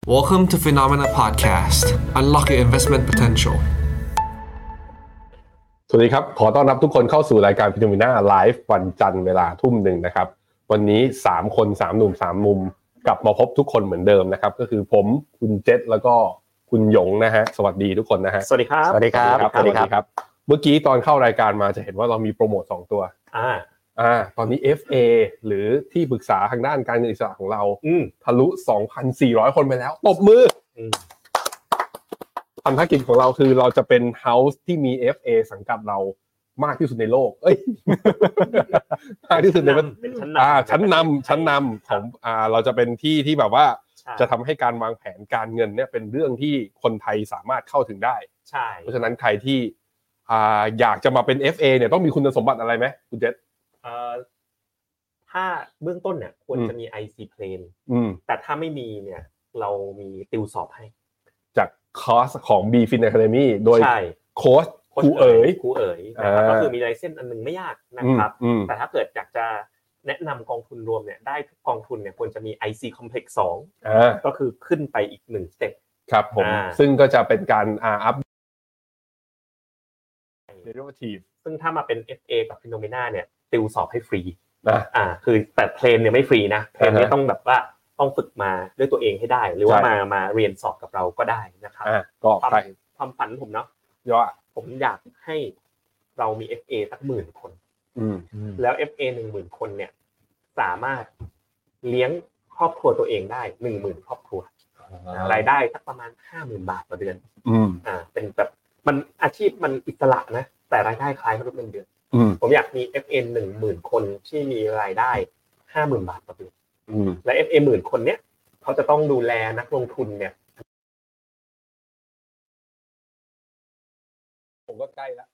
Welcome to Phenomena Podcast. Unlock your investment potential. สวัสดีครับขอต้อนรับทุกคนเข้าสู่รายการ Phenomena Live วันจันทร์เวลา 19:00 นนะครับวันนี้3คน3หนุ่ม3มุมกลับมาพบทุกคนเหมือนเดิมนะครับก็คือผมคุณเจษแล้วก็คุณหยงนะฮะสวัสดีทุกคนนะฮะสวัสดีครับสวัสดีครับเมื่อกี้ตอนเข้ารายการมาจะเห็นว่าเรามีโปรโมท2ตัวตอนนี้ FA หรือที่ปรึกษาทางด้านการเงินอิสระของเราทะลุ 2,400 คนไปแล้วตบมือพันธกิจของเราคือเราจะเป็นเฮ้าส์ที่มี FA สังกัดเรามากที่สุดในโลกมากที่สุดในชั้นนำของเราจะเป็นที่แบบว่าจะทำให้การวางแผนการเงินเนี่ยเป็นเรื่องที่คนไทยสามารถเข้าถึงได้ใช่เพราะฉะนั้นใครที่อยากจะมาเป็น FA เนี่ยต้องมีคุณสมบัติอะไรไหมคุณเจษถ้าเบื้องต้นเนี่ยควรจะมี IC Plan แต่ถ้าไม่มีเนี่ยเรามีติวสอบให้จากคอร์สของ BFin Academy โดยโค้ชครูเอ๋ยนะครับก็คือมีไลเซนส์อันนึงไม่ยากนะครับแต่ถ้าเกิดอยากจะแนะนำกองทุนรวมเนี่ยได้ทุกกองทุนเนี่ยควรจะมี IC Complex 2ก็คือขึ้นไปอีก1สเต็ปครับผมซึ่งก็จะเป็นการอัพderivative ซึ่งถ้ามาเป็น FA กับ Phenomena เนี่ยติวสอบให้ฟรีคือแต่เพลนเนี่ยไม่ฟรีนะเพลนเนี่ยต้องแบบว่าต้องฝึกมาด้วยตัวเองให้ได้หรือว่ามาเรียนสอบกับเราก็ได้นะครับก็ความฝันผมเนาะผมอยากให้เรามี FA สัก10,000 คนแล้ว FA 10,000 คนเนี่ยสามารถเลี้ยงครอบครัวตัวเองได้10,000 ครอบครัวรายได้สักประมาณ 50,000 บาทต่อเดือนเป็นแบบมันอาชีพมันอิสระนะแต่รายได้คล้ายมนุษย์เงินเดือนผมอยากมี FA 10,000 คนที่มีรายได้ 50,000 บาทต่อเดือนและ FA 10,000 คนเนี้ยเขาจะต้องดูแลนักลงทุนเนี่ยผมก็ใกล้แล้ว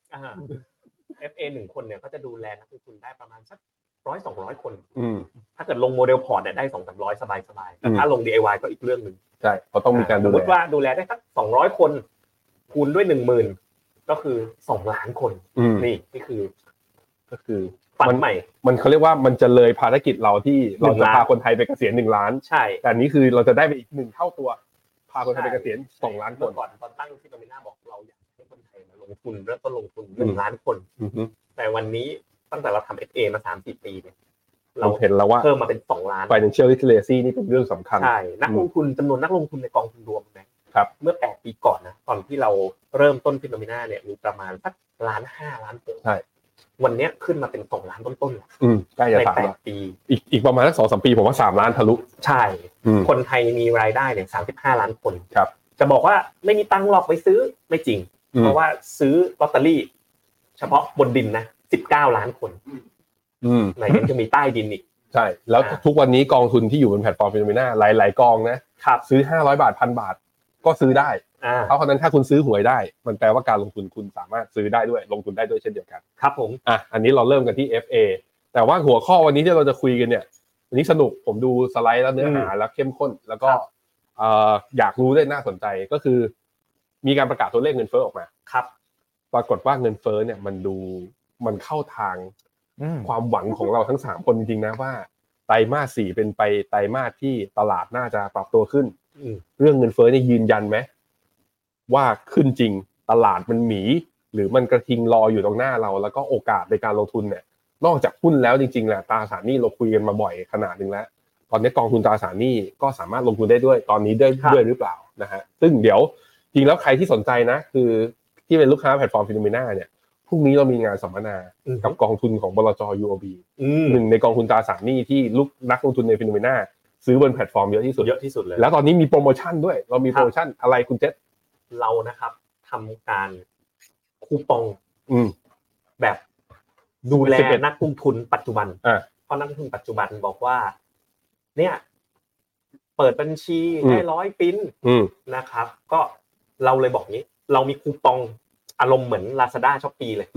FA 1 คนเนี่ยเขาจะดูแลนักลงทุนได้ประมาณสัก100-200 คนถ้าเกิดลงโมเดลพอร์ตเนี่ยได้ 200-300 สบายๆแต่ถ้าลง DIY ก็อีกเรื่องนึงใช่เขาต้องมีการดูแลสมมุติว่าดูแลได้สัก200 คนคูณด้วย 10,000 ก็คือ2ล้านคนนี่คือฝันใหม่มันเขาเรียกว่ามันจะเลยภารกิจเราที่เราจะพาคนไทยไปเกษียณ1ล้านใช่แต่นี้คือเราจะได้ไปอีก1เท่าตัวพาคนไทยไปเกษียณ2ล้านคนก่อนตอนตั้งที่Phenomenaบอกเราอยากให้คนไทยมาลงทุนเริ่มต้นลงทุน1ล้านคนแต่วันนี้ตั้งแต่เราทำ FA มา 3-4 ปีเนี่ยเราเห็นแล้วว่าเพิ่มมาเป็น2ล้าน Financial Literacy นี่เป็นเรื่องสำคัญใช่นักลงทุนจำนวนนักลงทุนในกองทุนรวมนะครับเมื่อ8ปีก่อนนะตอนที่เราเริ่มต้นPhenomenaเนี่ยมีประมาณสัก1.5 ล้านใช่วันนี้ขึ้นมาเป็น2ล้านต้นๆใกล้จะ3ล้านปีอีกประมาณสัก 2-3 ปีผมว่า3ล้านทะลุใช่คนไทยมีรายได้เนี่ย35 ล้านคนครับจะบอกว่าไม่มีตังค์หรอกไปซื้อไม่จริงเพราะว่าซื้อลอตเตอรี่เฉพาะบนดินนะ19 ล้านคนไหนยังจะมีใต้ดินอีกใช่แล้วทุกวันนี้กองทุนที่อยู่บนแพลตฟอร์มPhenomenaหลายๆกองนะซื้อ500 บาท 1,000 บาทก็ซื้อได้เพราะฉะนั้นถ้าคุณซื้อหวยได้มันแปลว่าการลงทุนคุณสามารถซื้อได้ด้วยลงทุนได้ด้วยเช่นเดียวกันครับผมอันนี้เราเริ่มกันที่ FA แต่ว่าหัวข้อวันนี้ที่เราจะคุยกันเนี่ยวันนี้สนุกผมดูสไลด์แล้วเนื้อหาแล้วเข้มข้นแล้วก็อยากรู้ได้น่าสนใจก็คือมีการประกาศตัวเลขเงินเฟ้อออกมาครับปรากฏว่าเงินเฟ้อเนี่ยมันเข้าทางความหวังของเราทั้ง3คนจริงๆนะว่าไตรมาส 4เป็นไปไตรมาสที่ตลาดน่าจะปรับตัวขึ้นเรื่องเงินเฟ้อนี่ยืนยันไหมว่าขึ้นจริงตลาดมันหมีหรือมันกระทิงรออยู่ตรงหน้าเราแล้วก็โอกาสในการลงทุนเนี่ยนอกจากหุ้นแล้วจริงๆแหละตราสารหนี้เราคุยกันมาบ่อยขนาดนึงแล้วตอนนี้กองทุนตราสารหนี้ก็สามารถลงทุนได้ด้วยตอนนี้ด้วยหรือเปล่านะฮะซึ่งเดี๋ยวจริงแล้วใครที่สนใจนะคือที่เป็นลูกค้าแพลตฟอร์มPhenomenaเนี่ยพรุ่งนี้เรามีงานสัมมนากับกองทุนของบลจ. UOB หนึ่งในกองทุนตราสารหนี้ที่นักลงทุนในPhenomenaซื้อบนแพลตฟอร์มเยอะที่สุดเลยแล้วตอนนี้มีโปรโมชั่นด้วยเรามีโปรโมชั่นอะไรคุณเจษเรานะครับทำการคูปองแบบดูแลนักลงทุนปัจจุบันเพราะนักลงทุนปัจจุบันบอกว่าเนี่ยเปิดบัญชีได้100 ปิ๊นนะครับก็เราเลยบอกงี้เรามีคูปองอารมณ์เหมือน Lazada Shopee เลย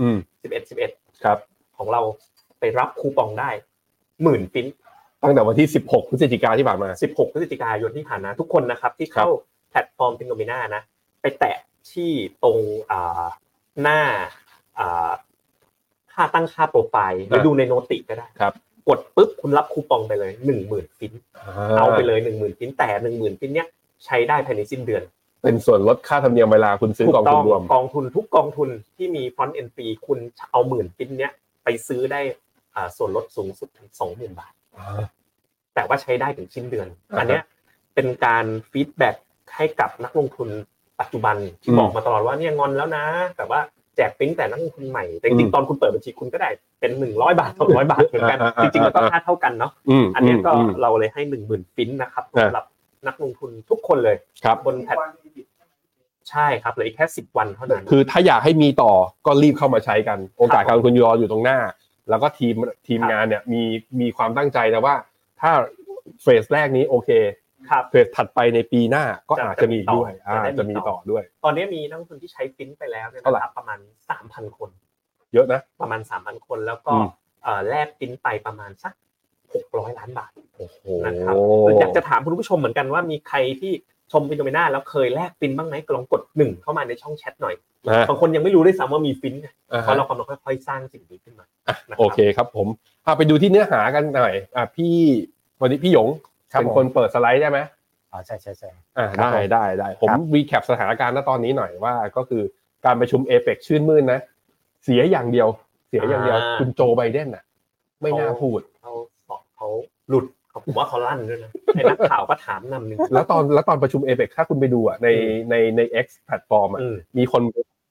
11 ครับของเราไปรับคูปองได้10,000 ปิ๊นตั้งแต่วันที่16พฤศจิกายนที่ผ่านมา 16พฤศจิกายนที่ผ่านมาทุกคนนะครับที่เข้าแพลตฟอร์มPhenomenaนะไปแตะที่ตรงหน้าค่าตั้งค่าโปรไฟล์หรือดูในโนติก็ได้กดปุ๊บคุณรับคูปองไปเลย10,000 ปิ๊นเอาไปเลย10,000 ปิ๊นแต่10,000 ปิ๊นเนี้ยใช้ได้ภายในสิ้นเดือนเป็นส่วนลดค่าธรรมเนียมเวลาคุณซื้อกองทุนรวมกองทุนทุกกองทุนที่มี front end fee คุณเอา10,000ปิ้นเนี้ยไปซื้อได้ส่วนลดสูงสุดถึง 20,000 บาทแต่ว่าใช้ได้ถึงสิ้นเดือนอันเนี้ยเป็นการฟีดแบ็กให้กับนักลงทุนปัจจุบันที่บอกมาตลอดว่าเนี่ยงอนแล้วนะแต่ว่าแจกปิ้นแต่นักลงทุนใหม่แต่จริงๆตอนคุณเปิดบัญชีคุณก็ได้เป็น100 บาท200 บาทเหมือนกันจริงๆแล้วก็ค่าเท่ากันเนาะอันนี้ก็เราเลยให้ 10,000 ปิ้นนะครับสำหรับนักลงทุนทุกคนเลยบนแพลตใช่ครับเหลืออีกแค่10 วันเท่านั้นคือถ้าอยากให้มีต่อก็รีบเข้ามาใช้กันโอกาสการลงทุนอยู่ตรงหน้าแล้วก็ทีมงานเนี่ยมีความตั้งใจนะว่าถ้าเฟสแรกนี้โอเคเฟสถัดไปในปีหน้าก็อาจจะมีด้วยจะมีต่อด้วยตอนนี้มีนักลงทุนที่ใช้ฟินไปแล้วเนี่ยนะครับประมาณ 3,000 คนเยอะนะประมาณ 3,000 คนแล้วก็แลกฟินไปประมาณสัก600 ล้านบาทโอ้โหนะครับอยากจะถามคุณผู้ชมเหมือนกันว่ามีใครที่ชมPhenomenalแล้วเคยแลกฟินบ้างไหมลองกด1เข้ามาในช่องแชทหน่อยบางคนยังไม่รู้ด้วยซ้ำว่ามีฟินเพราะเรากำลังค่อยๆสร้างสิ่งนี้ขึ้นมาโอเคครับผมไปดูที่เนื้อหากันหน่อยพี่วันนี้พี่หยงเป็นคนเปิดสไลด์ได้ไหมใช่ได้ผมรีแคปสถานการณ์ณตอนนี้หน่อยว่าก็คือการประชุมเอเปกชื่นมื่นนะเสียอย่างเดียวคุณโจไบเดนน่ะไม่น่าพูดเขาหลุดผมว่าเขาลั่นด้วยนะไอ้นักข่าวก็ถามนำนึงแล้วตอนประชุมเอเปกถ้าคุณไปดูใน X แพลตฟอร์มมีคน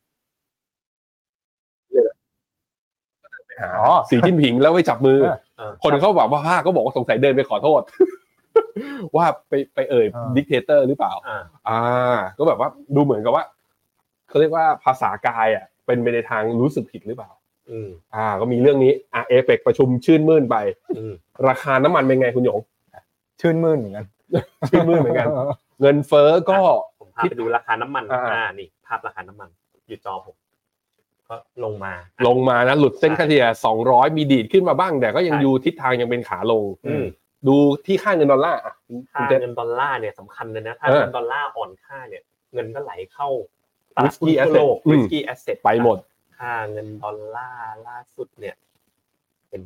ไปหาสีจิ้นผิงแล้วไปจับมือคนเขาบอกว่าก็บอกว่าสงสัยเดินไปขอโทษว่าไปเอ่ยดิกเตเตอร์หรือเปล่าก็แบบว่าดูเหมือนกับว่าเขาเรียกว่าภาษากายเป็นไปในทางรู้สึกผิดหรือเปล่าก็มีเรื่องนี้เอเปกประชุมชื่นมื่นไปราคาน้ำมันเป็นไงคุณหยงชื่นมื่นเหมือนกันเงินเฟ้อก็ผมพาไปดูราคาน้ำมันนี่ภาพราคาน้ำมันอยู่จอผมก็ลงมานะหลุดเส้นค่าเฉลี่ย200มีดีดขึ้นมาบ้างแต่ก็ยังอยู่ทิศทางยังเป็นขาลงดูที่ค่าเงินดอลลาร์ค่าเงินดอลลาร์เนี่ยสำคัญเลยนะถ้าเงินดอลลาร์อ่อนค่าเนี่ยเงินก็ไหลเข้าตลาดหุ้นทั่วโลก risky asset ไปหมดค่าเงินดอลลาร์ล่าสุดเนี่ยเป็น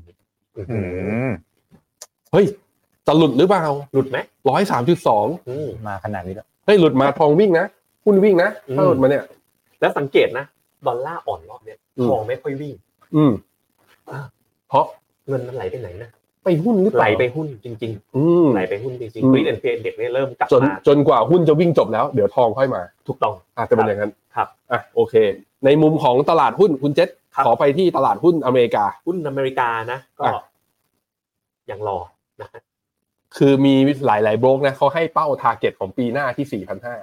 เฮ้ยจะหลุดหรือเปล่าหลุดไหม 103.2 มาขนาดนี้แล้วเฮ้ยหลุดมาทองวิ่งนะหุ้นวิ่งนะถ้าหลุดมาเนี่ยแล้วสังเกตนะดอลลาร์อ่อนรอบเนี่ยทองไม่ค่อยวิ่งเพราะเงินมันไหลไปไหนนะไปหุ้นหรือเปล่าไหลไปหุ้นจริงๆไหลไปหุ้นจริงๆGreed and Fear Index เนี่ยเริ่มกลับมาจนกว่าหุ้นจะวิ่งจบแล้วเดี๋ยวทองค่อยมาถูกต้องจะเป็นอย่างนั้นครับโอเคในมุมของตลาดหุ้นคุณเจษขอไปที่ตลาดหุ้นอเมริกานะก็ยังรอนะคือมีหลายๆโบรกนะเขาให้เป้า target ของปีหน้าที่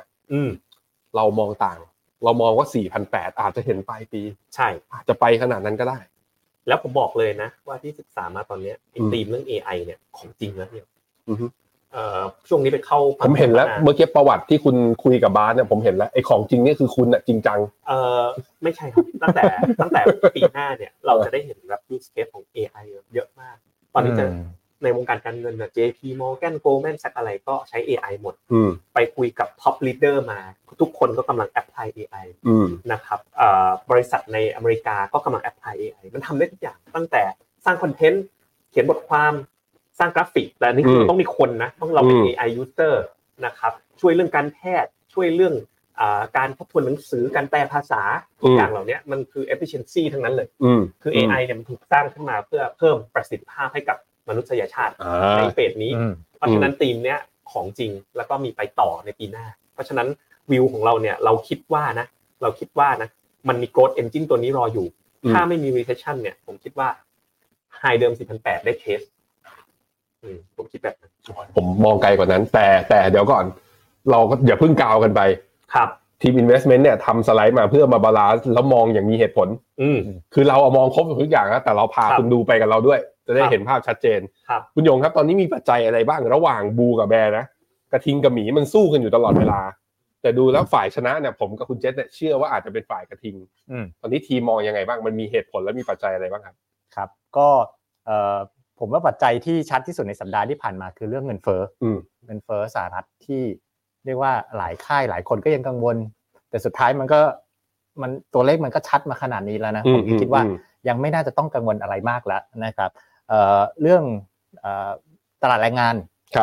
4,500 เรามองต่างเรามองว่า 4,800 อาจจะเห็นปลายปีใช่อาจจะไปขนาดนั้นก็ได้แล้วผมบอกเลยนะว่าที่ศึกษามาตอนนี้ธีมเรื่อง AI เนี่ยของจริงแล้วเนี่ยช่วงนี้ไปเข้าผมเห็นแล้วเมื่อกี้ประวัติที่คุณคุยกับบาสเนี่ยผมเห็นแล้วไอ้ของจริงนี่คือคุณน่ะจริงจังไม่ใช่ครับตั้งแต่ปีหน้าเนี่ยเราจะได้เห็นแบบ use case ของ AI เยอะมากตอนนี้จะในวงการการเงินน่ะ JP Morgan Goldman Sachs อะไรก็ใช้ AI หมดไปคุยกับ top leader มาทุกคนก็กำลัง apply AI นะครับบริษัทในอเมริกาก็กำลัง apply AI มันทำได้ทุกอย่างตั้งแต่สร้างคอนเทนต์เขียนบทความสร้างกราฟิกแต่นี่คือต้องมีคนนะต้องเราเป็น AI user นะครับช่วยเรื่องการแพทย์ช่วยเรื่องการทบทวนหนังสือการแปลภาษาอย่างเหล่านี้มันคือ efficiency ทั้งนั้นเลยคือ AI เนี่ยมันถูกสร้างขึ้นมาเพื่อเพิ่มประสิทธิภาพให้กับมนุษยชาติในเฟสนี้เพราะฉะนั้นธีมเนี้ยของจริงแล้วก็มีไปต่อในปีหน้าเพราะฉะนั้นวิวของเราเนี่ยเราคิดว่านะมันมี growth engine ตัวนี้รออยู่ถ้าไม่มี recession เนี่ยผมคิดว่า high เดิม 4,800 ได้เทสผมคิดแบบนั้นผมมองไกลกว่านั้นแต่เดี๋ยวก่อนเราก็อย่าเพิ่งกาวกันไปครับทีม investment เนี่ยทำสไลด์มาเพื่อมาบาลานซ์แล้วมองอย่างมีเหตุผลคือเราเอามองครบทุกอย่างนะแต่เราพาคุณดูไปกับเราด้วยจะได้เห็นภาพชัดเจนคุณยงครับตอนนี้มีปัจจัยอะไรบ้างระหว่างบูกับแบร์นะกระทิงกับหมีมันสู้กันอยู่ตลอดเวลาแต่ดูแล้วฝ่ายชนะเนี่ยผมกับคุณเจษเนี่ยเชื่อว่าอาจจะเป็นฝ่ายกระทิงตอนนี้ทีมมองยังไงบ้างมันมีเหตุผลและมีปัจจัยอะไรบ้างครับครับก็ผมว่าปัจจัยที่ชัดที่สุดในสัปดาห์ที่ผ่านมาคือเรื่องเงินเฟ้อสหรัฐที่เรียกว่าหลายค่ายหลายคนก็ยังกังวลแต่สุดท้ายมันตัวเลขมันก็ชัดมาขนาดนี้แล้วนะผมคิดว่ายังไม่น่าจะต้องกังวลอะไรมากแล้วนะครับเรื่องตลาดแรงงานครับ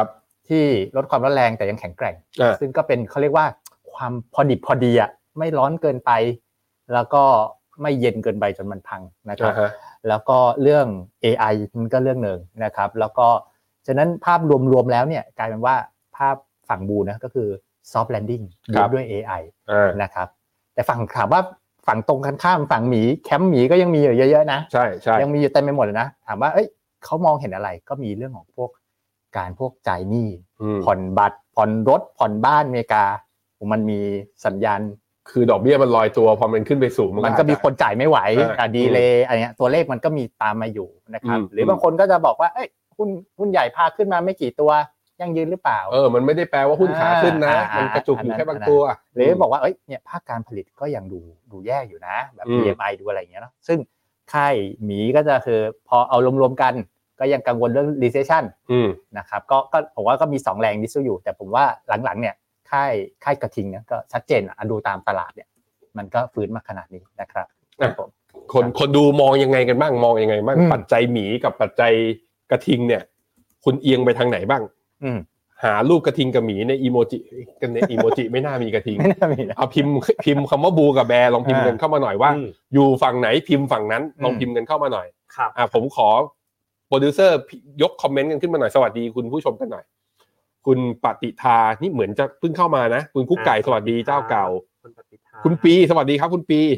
ที่ลดความร้อนแรงแต่ยังแข็งแกร่งซึ่งก็เป็นเขาเรียกว่าความพอดิบพอดีอ่ะไม่ร้อนเกินไปแล้วก็ไม่เย็นเกินไปจนมันพังนะครับแล้วก็เรื่อง AI มันก็เรื่องนึงนะครับแล้วก็ฉะนั้นภาพรวมๆแล้วเนี่ยกลายเป็นว่าภาพฝั่งบูนะก็คือ soft landing ด้วย AI นะครับแต่ฝั่งถามว่าฝั่งตรงกันข้ามฝั่งหมีแคมป์หมีก็ยังมีอยู่เยอะๆนะใช่ๆยังมีอยู่เต็มไปหมดเลยนะถามว่าเอ้ยเขามองเห็นอะไรก็มีเรื่องของพวกจ่ายหนี้ผ่อนบัตรผ่อนรถผ่อนบ้านอเมริกามันมีสัญญาณคือดอกเบี้ยมันลอยตัวพอมันขึ้นไปสูงมันก็มีคนจ่ายไม่ไหวดีเลย์อะไรเงี้ยตัวเลขมันก็มีตามมาอยู่นะครับหรือบางคนก็จะบอกว่าเอ้ยหุ้นใหญ่พาขึ้นมาไม่กี่ตัวยังยืนหรือเปล่ามันไม่ได้แปลว่าหุ้นขาขึ้นนะมันกระจุกอยู่แค่บางตัวหรือบอกว่าเอ้ยเนี่ยภาคการผลิตก็ยังดูแย่อยู่นะแบบ PMI ดูอะไรอย่างเงี้ยเนาะซึ่งค่ายหมีก็จะคือพอเอารวมๆกันก็ยังกังวลเรื่อง recession นะครับก็ผมว่าก็มี2แรงที่สู้อยู่แต่ผมว่าหลังๆเนี่ยค่ายกระทิงเนี่ยก็ชัดเจนดูตามตลาดเนี่ยมันก็ฟื้นมาขนาดนี้นะครับผมคนดูมองยังไงกันบ้างมองยังไงบ้างปัจจัยหมีกับปัจจัยกระทิงเนี่ยคุณเอียงไปทางไหนบ้างหารูปกระทิงกับหมีในอีโมจิกันในอีโมจิไม่น่ามีกระทิงเอาพิมพ์คำว่าบูกับแบร์ลองพิมพ์กันเข้ามาหน่อยว่าอยู่ฝั่งไหนพิมพ์ฝั่งนั้นลองพิมพ์กันเข้ามาหน่อยผมขอโปรดิวเซอร์ยกคอมเมนต์กันขึ้นมาหน่อยสวัสดีคุณผู้ชมกันหน่อยคุณปฏิทานี่เหมือนจะเพิ่งเข้ามานะคุณกุ๊กไก่สวัสดีเจ้าเก่าคุณปีสวัสดีครับคุณปี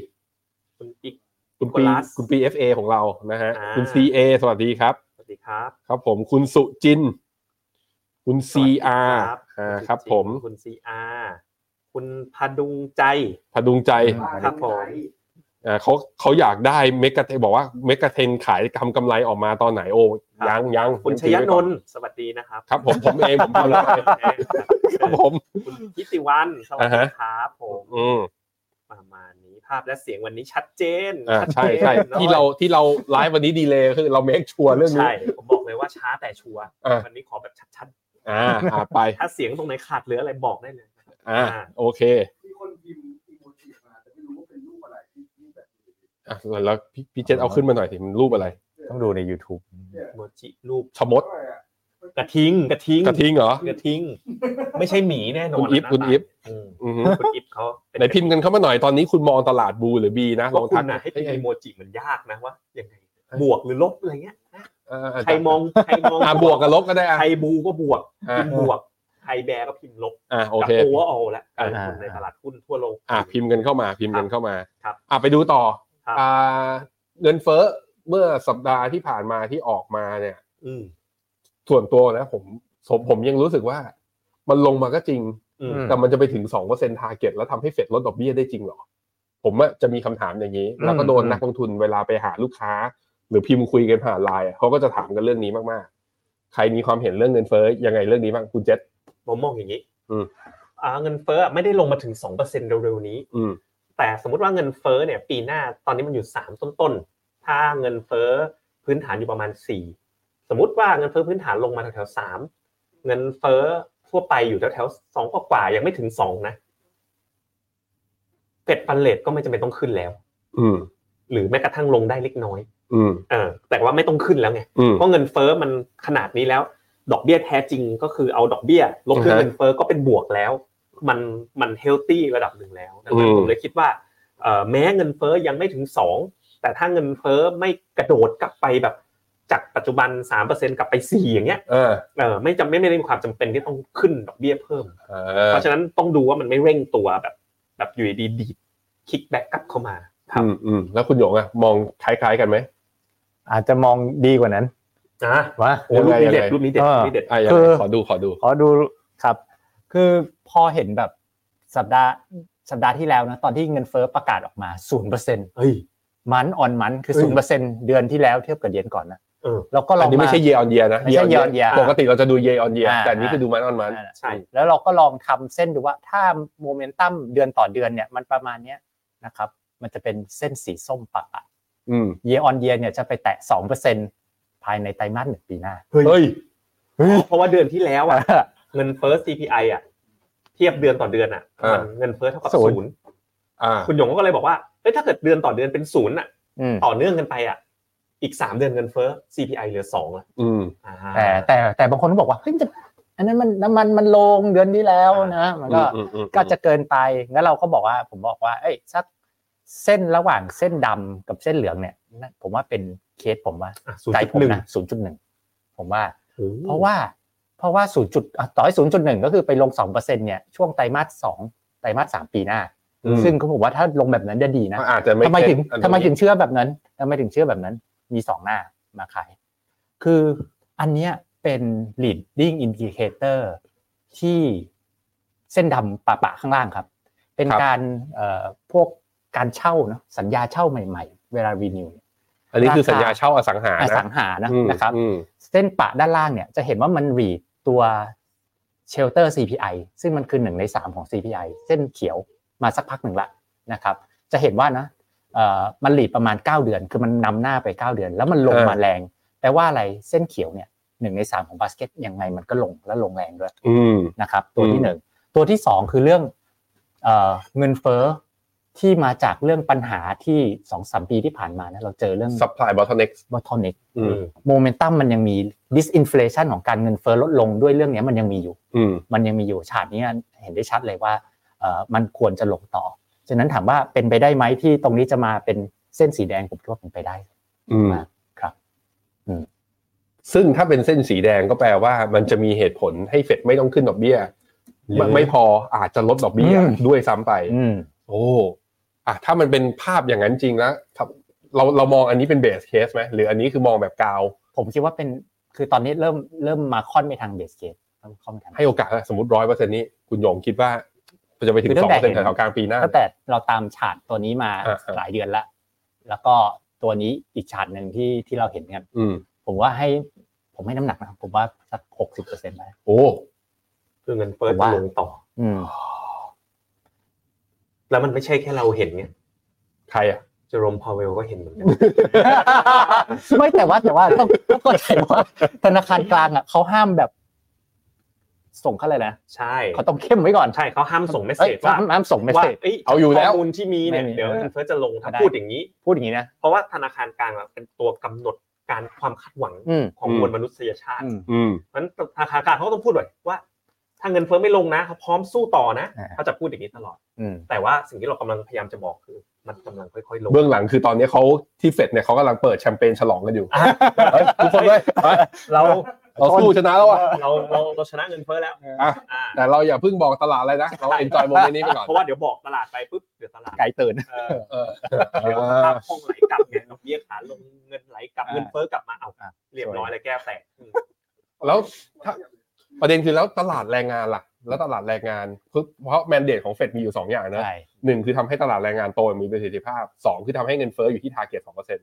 คุณปี FA ของเรานะฮะคุณ CA สวัสดีครับสวัสดีครับครับผมคุณสุจินคุณ CR ครับผมคุณ CR คุณพดุงใจครับผมเขาอยากได้เมกะเทนบอกว่าเมกะเทนขายทำกำไรออกมาตอนไหนโอ้ยังคุณชยนนท์สวัสดีนะครับครับผมเองผมทำแล้วครับผมคุณกิติวันสวัสดีครับผมประมาณนี้ภาพและเสียงวันนี้ชัดเจนใช่ที่เราไลฟ์วันนี้ดีเลยคือเราเมคชัวร์เรื่องนี้ใช่ผมบอกเลยว่าช้าแต่ชัวร์วันนี้ขอแบบชัดๆไปถ้าเสียงตรงไหนขาดหรืออะไรบอกได้เลยโอเคมีคนพิมพ์อีโมจิมาแต่ไม่รู้ว่าเป็นรูปอะไรแล้วพี่เจษเอาขึ้นมาหน่อยสิมันรูปอะไรต้องดูใน YouTube อีโมจิรูปชมดกระทิงเหรอกระทิงไม่ใช่หมีแน่นอนคุณอิฟเขาไหนพิมพ์กันเข้ามาหน่อยตอนนี้คุณมองตลาดบูหรือบีนะลองทักนะให้พิมพ์อีโมจิมันยากนะว่ายังไงบวกหรือลบอะไรเงี้ยใครมองบวกกับลบก็ได้ใครบูก็บวกพิมพ์บวกใครแบก็พิมพ์ลบโอเคโอเวอร์ออลแล้วการลงทุนในตลาดหุ้นทั่วโลกพิมพ์กันเข้ามาไปดูต่อเงินเฟ้อเมื่อสัปดาห์ที่ผ่านมาที่ออกมาเนี่ยส่วนตัวนะผมยังรู้สึกว่ามันลงมาก็จริงแต่มันจะไปถึง 2% target แล้วทำให้เฟดลดดอกเบี้ยได้จริงหรอผมจะมีคำถามอย่างนี้แล้วก็โดนนักลงทุนเวลาไปหาลูกค้าหรือพิมพ์คุยกันผ่านไลน์เขาก็จะถามกันเรื่องนี้มากๆใครมีความเห็นเรื่องเงินเฟ้อยังไงเรื่องนี้บ้างคุณเจษผมมองอย่างนี้เงินเฟ้อไม่ได้ลงมาถึง 2% เร็วๆนี้แต่สมมุติว่าเงินเฟ้อเนี่ยปีหน้าตอนนี้มันอยู่3ต้นๆถ้าเงินเฟ้อพื้นฐานอยู่ประมาณ4สมมุติว่าเงินเฟ้อพื้นฐานลงมาแถวๆ3เงินเฟ้อทั่วไปอยู่แถวๆ2กว่าๆยังไม่ถึง2นะเฟดฟันเรทก็ไม่จำเป็นต้องขึ้นแล้วหรือแม้กระทั่งลงได้เล็กน้อยแต่ว่าไม่ต้องขึ้นแล้วไงเพราะเงินเฟ้อมันขนาดนี้แล้วดอกเบี้ยแท้จริงก็คือเอาดอกเบี้ยลบด้วยเงินเฟ้อก็เป็นบวกแล้วมันเฮลตี้ระดับหนึ่งแล้วดังนั้นผมเลยคิดว่าแม้เงินเฟ้อยังไม่ถึง2แต่ถ้าเงินเฟ้อไม่กระโดดกลับไปแบบจากปัจจุบัน 3% กลับไป4อย่างเงี้ยไม่ได้มีความจำเป็นที่ต้องขึ้นดอกเบี้ยเพิ่มเพราะฉะนั้นต้องดูว่ามันไม่เร่งตัวแบบอยู่ดีๆดีดคิกแบ็กกลับเข้ามาครับแล้วคุณหยงมองคล้ายๆกันมั้ยอาจจะมองดีกว่านั้นว่ารูปนี้เด็ดขอดูครับคือพอเห็นแบบสัปดาห์ที่แล้วนะตอนที่เงินเฟ้อประกาศออกมา 0% เฮ้ยมันออนมันคือ 0% เดือนที่แล้วเทียบกับเดือนก่อนนะแล้วก็ลองอันนี้ไม่ใช่ year on year นะ year on year ปกติเราจะดู year on year แต่นี้คือดูมันonมันใช่แล้วเราก็ลองทำเส้นดูว่าถ้าโมเมนตัมเดือนต่อเดือนเนี่ยมันประมาณนี้นะครับมันจะเป็นเส้นสีส้มปะyear on year เนี่ยจะไปแตะ 2% ภายในไตรมาส1ปีหน้าเฮ้ยเพราะว่าเดือนที่แล้วเงินเฟ้อ CPI เทียบเดือนต่อเดือนมันเงินเฟ้อเท่ากับ0คุณหยงก็เลยบอกว่าถ้าเกิดเดือนต่อเดือนเป็น0ต่อเนื่องกันไปอีก3เดือนเงินเฟ้อ CPI เหลือ2 แต่บางคนก็บอกว่าเฮ้ยอันนั้นมันน้ำมันลงเดือนที่แล้วนะมันก็จะเกินไปงั้นเราก็บอกว่าผมบอกว่าสักเส้นระหว่างเส้นดำกับเส้นเหลืองเนี่ยผมว่าเป็นเคสผมว่าใจผมนะ 0.1 ผมว่าเพราะว่าต่อให้ 0.1 ก็คือไปลง 2% เนี่ยช่วงไตรมาส2ไตรมาส3ปีหน้าซึ่งก็ผมว่าถ้าลงแบบนั้นจะดีนะทำไมถึงเชื่อแบบนั้นมี2หน้ามาขายคืออันเนี้ยเป็น leading indicator ที่เส้นดำปะข้างล่างครับเป็นการพวกการเช่าเนาะสัญญาเช่าใหม่ๆเวลา renew อันนี้คือสัญญาเช่าอสังหานะครับเส้นปะด้านล่างเนี่ยจะเห็นว่ามัน read ตัว shelter CPI ซึ่งมันคือ1ใน3ของ CPI เส้นเขียวมาสักพักหนึ่งละนะครับจะเห็นว่านะมัน read ประมาณ9เดือนคือมันนำหน้าไป9เดือนแล้วมันลงมาแรงแปลว่าอะไรเส้นเขียวเนี่ย1ใน3ของบาสเกตยังไงมันก็ลงและลงแรงด้วยนะครับตัวที่1ตัวที่2คือเรื่องเงินเฟ้อที่มาจากเรื่องปัญหาที่ 2-3 ปีที่ผ่านมานะเราเจอเรื่อง supply bottleneck โมเมนตัมมันยังมี disinflation ของการเงินเฟ้อลดลงด้วยเรื่องนี้มันยังมีอยู่ฉากนี้เห็นได้ชัดเลยว่ามันควรจะลงต่อฉะนั้นถามว่าเป็นไปได้ไหมที่ตรงนี้จะมาเป็นเส้นสีแดงผมคิดว่าเป็นไปได้ครับซึ่งถ้าเป็นเส้นสีแดงก็แปลว่ามันจะมีเหตุผลให้เฟดไม่ต้องขึ้นดอกเบี้ยไม่พออาจจะลดดอกเบี้ยด้วยซ้ำไปถ้ามันเป็นภาพอย่างนั้นจริงแล้วเรามองอันนี้เป็นเบสเคสไหมหรืออันนี้คือมองแบบกาวผมคิดว่าเป็นคือตอนนี้เริ่มมาค่อนไปทางเบสเคสให้โอกาสสมมุติ 100% นี้คุณหยงคิดว่าจะไปถึง 2% แถวกลางปีหน้าตั้งแต่เราตามชาร์ตตัวนี้มาหลายเดือนแล้วก็ตัวนี้อีกชาร์ตนึงที่เราเห็นกันผมว่าผมให้น้ำหนักนะผมว่าสัก 60% ได้คือเงินเฟ้อจะลงต่อแล้วมันไม่ใช่แค่เราเห็นไงใครเจอโรมพาวเวลก็เห็นเหมือนกันไม่แต่ว่าต้องเข้าใจว่าธนาคารกลางเขาห้ามแบบส่งเขาเลยนะใช่เขาต้องเข้มไว้ก่อนใช่เขาห้ามส่งเมสเสจว่าห้ามส่งเมสเสจเอาอยู่แล้วข้อมูลที่มีเนี่ยเดี๋ยวเงินเฟ้อจะลงถ้าพูดอย่างนี้นะเพราะว่าธนาคารกลางเป็นตัวกำหนดการความคาดหวังของมวลมนุษยชาติงั้นธนาคารกลางเขาต้องพูดเลยว่าถ้าเงินเฟ้อไม่ลงนะเขาพร้อมสู้ต่อนะเขาจะพูดอย่างนี้ตลอดแต่ว่าสิ่งที่เรากำลังพยายามจะบอกคือมันกำลังค่อยๆลงเบื้องหลังคือตอนนี้เขาที่เฟดเนี่ยเขากำลังเปิดแชมเปญฉลองกันอยู่ทุกคนเลยเราสู้ชนะแล้วเราชนะเงินเฟ้อแล้วแต่เราอย่าเพิ่งบอกตลาดอะไรนะเราเอ็นจอยโมเมนต์นี้ไปก่อนเพราะว่าเดี๋ยวบอกตลาดไปปุ๊บเดี๋ยวตลาดไกลตื่นเดี๋ยวภาพคล่องไหลกลับไงดอกเบี้ยขาลงเงินไหลกลับเงินเฟ้อกลับมาเอาเรียบร้อยเลยแก้วแตกแล้วประเด็นคือแล้วตลาดแรงงานล่ะแล้วตลาดแรงงานเพราะแมนเดตของเฟดมีอยู่2อย่างนะ1คือทำให้ตลาดแรงงานโตมีประสิทธิภาพ2คือทำให้เงินเฟ้ออยู่ที่ทาร์เก็ต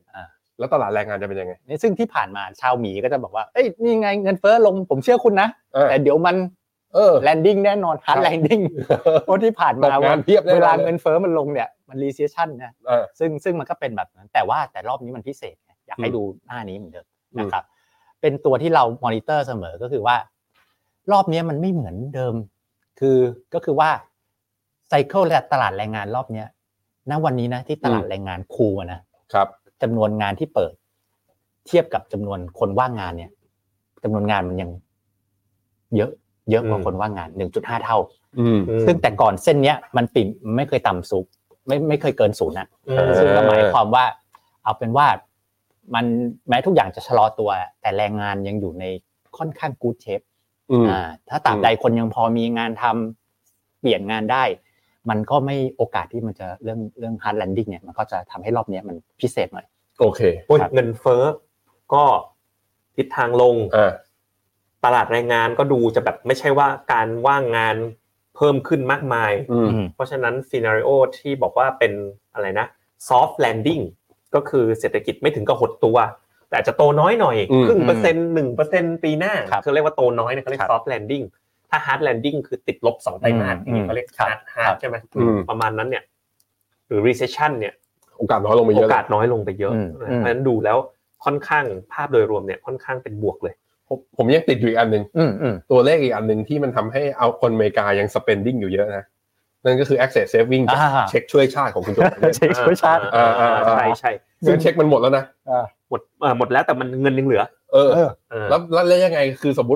2% แล้วตลาดแรงงานจะเป็นยังไงนี่ซึ่งที่ผ่านมาชาวหมีก็จะบอกว่าเอ้ยนี่ไงเงินเฟ้อลงผมเชื่อคุณนะแต่เดี๋ยวมันแลนดิ้งแน่นอนฮาร์ดแลนดิ้งเพราะที่ผ่านมาเวลาเงินเฟ้อมันลงเนี่ยมันรีเซสชั่นนะซึ่งมันก็เป็นแบบนั้นแต่รอบนี้มันพิเศษอยากให้ดูหน้านี้เหมือนเดิมนะครับเป็นตัวที่เรามอนิเตอร์เสมอก็คือว่ารอบนี้มันไม่เหมือนเดิมก็คือว่าไซเคิลและตลาดแรงงานรอบนี้ณวันนี้นะที่ตลาดแรงงานคูนะครับจำนวนงานที่เปิดเทียบกับจำนวนคนว่างงานเนี่ยจำนวนงานมันยังเยอะกว่าคนว่างงาน 1.5 เท่าซึ่งแต่ก่อนเส้นเนี้ยมันปิดไม่เคยต่ำสุดไม่เคยเกิน0นะซึ่งก็หมายความว่าเอาเป็นว่ามันแม้ทุกอย่างจะชะลอตัวแต่แรงงานยังอยู่ในค่อนข้างกู๊ดเชฟถ้าตราบใดคนยังพอมีงานทำเปลี่ยนงานได้มันก็ไม่โอกาสที่มันจะเรื่อง hard landing เนี่ยมันก็จะทำให้รอบนี้มันพิเศษหน่อยโอเคเงินเฟ้อก็ทิศทางลงตลาดแรงงานก็ดูจะแบบไม่ใช่ว่าการว่างงานเพิ่มขึ้นมากมายเพราะฉะนั้นซีนาริโอที่บอกว่าเป็นอะไรนะ soft landing ก็คือเศรษฐกิจไม่ถึงกับหดตัวแต่จะโตน้อยหน่อยครึ่ง%, 1% ปีหน้าคือเรียกว่าโตน้อยนะเขาเรียก soft landing ถ้า hard landing คือติดลบ2ไตรมาสอย่างนี้เขาเรียก hard ใช่มั้ยประมาณนั้นเนี่ยหรือ recession เนี่ยโอกาสน้อยลงไปเยอะเพราะฉะนั้นดูแล้วค่อนข้างภาพโดยรวมเนี่ยค่อนข้างเป็นบวกเลยผมยังติดอยู่อีกอันนึงตัวเลขอีกอันนึงที่มันทำให้เอาคนอเมริกายัง spending อยู่เยอะนะนั่นก็คือ access saving เช็คช่วยชาติของคุณโจเช็คช่วยชาติใช่ซึ่งเช็คมันหมดแล้วนะหมดแล้วแต่มันเงินยังเหลือแล้วยังไงคือสมมุติว่า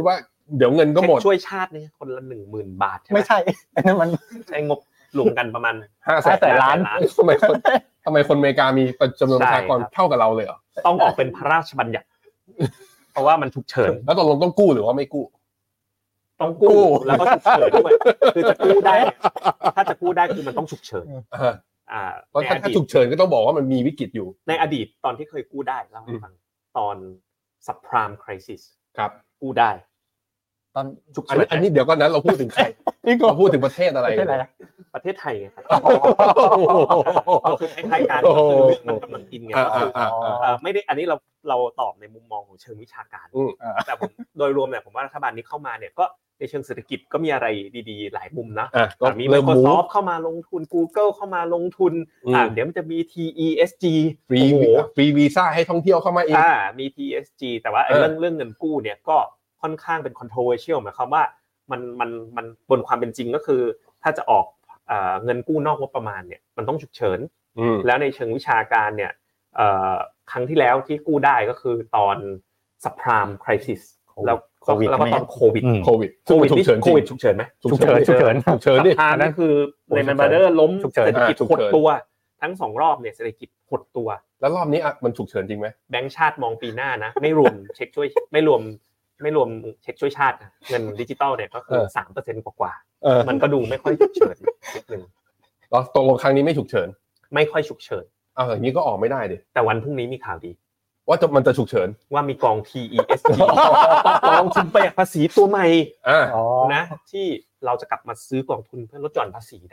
เดี๋ยวเงินก็หมดช่วยชาตินี่คนละ 10,000 บาทใช่มั้ยไม่ใช่อันนั้นมันใช้งบรวมกันประมาณ 500,000 ล้านทำไมคนอเมริกามีจำนวนประชากรเท่ากับเราเลยเหรอต้องออกเป็นพระราชบัญญัติเพราะว่ามันฉุกเฉินแล้วตกลงต้องกู้หรือว่าไม่กู้ต้องกู้แล้วก็ฉุกเฉินด้วยคือจะกู้ได้ถ้าจะกู้ได้คือมันต้องฉุกเฉินเพราะถ้าฉุกเฉินก็ต้องบอกว่ามันมีวิกฤตอยู่ในอดีตตอนที่เคยกู้ได้เล่าให้ฟังตอน subprime crisis ครับกู้ได้ตอนฉุกเฉินอันนี้เดี๋ยวก่อนนั้นเราพูดถึงใครเราพูดถึงประเทศอะไรประเทศไทยไงครับคือคล้ายๆกันมันกำลังอินไงไม่ได้อันนี้เราตอบในมุมมองของเชิงวิชาการแต่ผมโดยรวมเนี่ยผมว่ารัฐบาลนี้เข้ามาเนี่ยก็ในเชิงเศรษฐกิจก็มีอะไรดีๆหลายมุมนะมี Microsoft เข้ามาลงทุน Google เข้ามาลงทุนเดี๋ยวมันจะมี TESG ฟรีวีซ่าให้ท่องเที่ยวเข้ามาอีกมี TESG แต่ว่าเรื่องเงินกู้เนี่ยก็ค่อนข้างเป็น controversial หมายความว่ามันบนความเป็นจริงก็คือถ้าจะออกเงินกู้นอกงบประมาณเนี่ยมันต้องฉุกเฉินแล้วในเชิงวิชาการเนี่ยครั้งที่แล้วที่กู้ได้ก็คือตอน subprime crisis แล้วก็ตอนโควิดฉุกเฉินฉุกเฉินมั้ยฉุกเฉินดิอันนั้นคือLehman Brothersล้มเศรษฐกิจหดตัวทั้ง2รอบเนี่ยเศรษฐกิจหดตัวแล้วรอบนี้มันฉุกเฉินจริงมั้ยแบงก์ชาติมองปีหน้านะไม่รวมเช็คช่วยไม่รวมเช็คช่วยชาติเงินดิจิตอลเนี่ยก็คือ 3% กว่าๆมันก็ดูไม่ค่อยฉุกเฉินนิดนึงแล้วตกลงครั้งนี้ไม่ฉุกเฉินไม่ค่อยฉุกเฉินอย่างนี้ก็ออกไม่ได้ดิแต่วันพรุ่งนี้มีข่าวดีว่ามันจะฉุกเฉินว่ามีกอง TESG กองทุนประหยัดภาษีตัวใหม่นะที่เราจะกลับมาซื้อกองทุนเพื่อลดหย่อนภาษีได้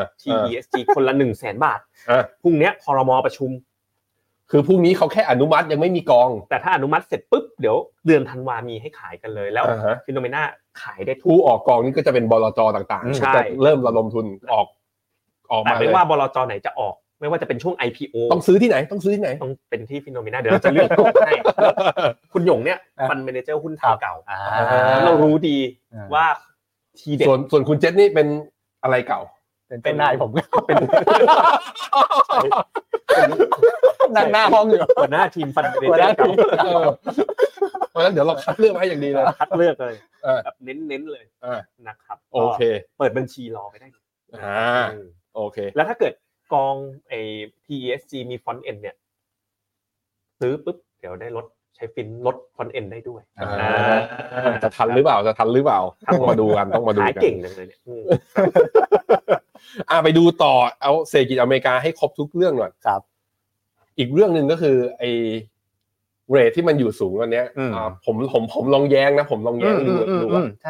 TESG คนละ 100,000 บาทพรุ่งนี้ครม.ประชุมคือพรุ่งนี้เขาแค่อนุมัติยังไม่มีกองแต่ถ้าอนุมัติเสร็จปุ๊บเดี๋ยวเดือนธันวามีให้ขายกันเลยแล้วฟิโนเมนาขายได้ผู้ออกกองนี้ก็จะเป็นบลจ.ต่างๆจะเริ่มระดมทุนออกมาไม่ว่าบลจ.ไหนจะออกไม่ว่าจะเป็นช่วง IPO ต้องซื้อที่ไหนต้องเป็นที่ฟิโนเมนาเดี๋ยวเราจะเลือกกองให้คุณหยงเนี่ยฟันเมเนเจอร์หุ้นไทยเก่าเรารู้ดีว่าทีเด็ดส่วนคุณเจษนี่เป็นอะไรเก่าเป็นนายผมเป็นนั่งหน้าห้องอยู่หัวหน้าทีมฟันเมเนเจอร์เก่าเพราะฉะนั้นเดี๋ยวเราคัดเลือกให้อย่างดีเลยคัดเลือกเลยแบบเน้นๆเลยนะครับโอเคเปิดบัญชีรอไปได้โอเคแล้วถ้าเกิดกองTESG มีฟอนต์เอ็นเนี่ยซื้อปุ๊บเดี๋ยวได้ลดใช้ฟินลดฟอนต์เอ็นได้ด้วยจะทันหรือเปล่าต้องมาดูกันขายเก่งเลยเนี่ยไปดูต่อเอาเศรษฐกิจอเมริกาให้ครบทุกเรื่องหน่อยครับอีกเรื่องนึงก็คือไอ้เรทที่มันอยู่สูงตอนนี้ผมลองแย้งนะผมลองแย้งดูว่าใช่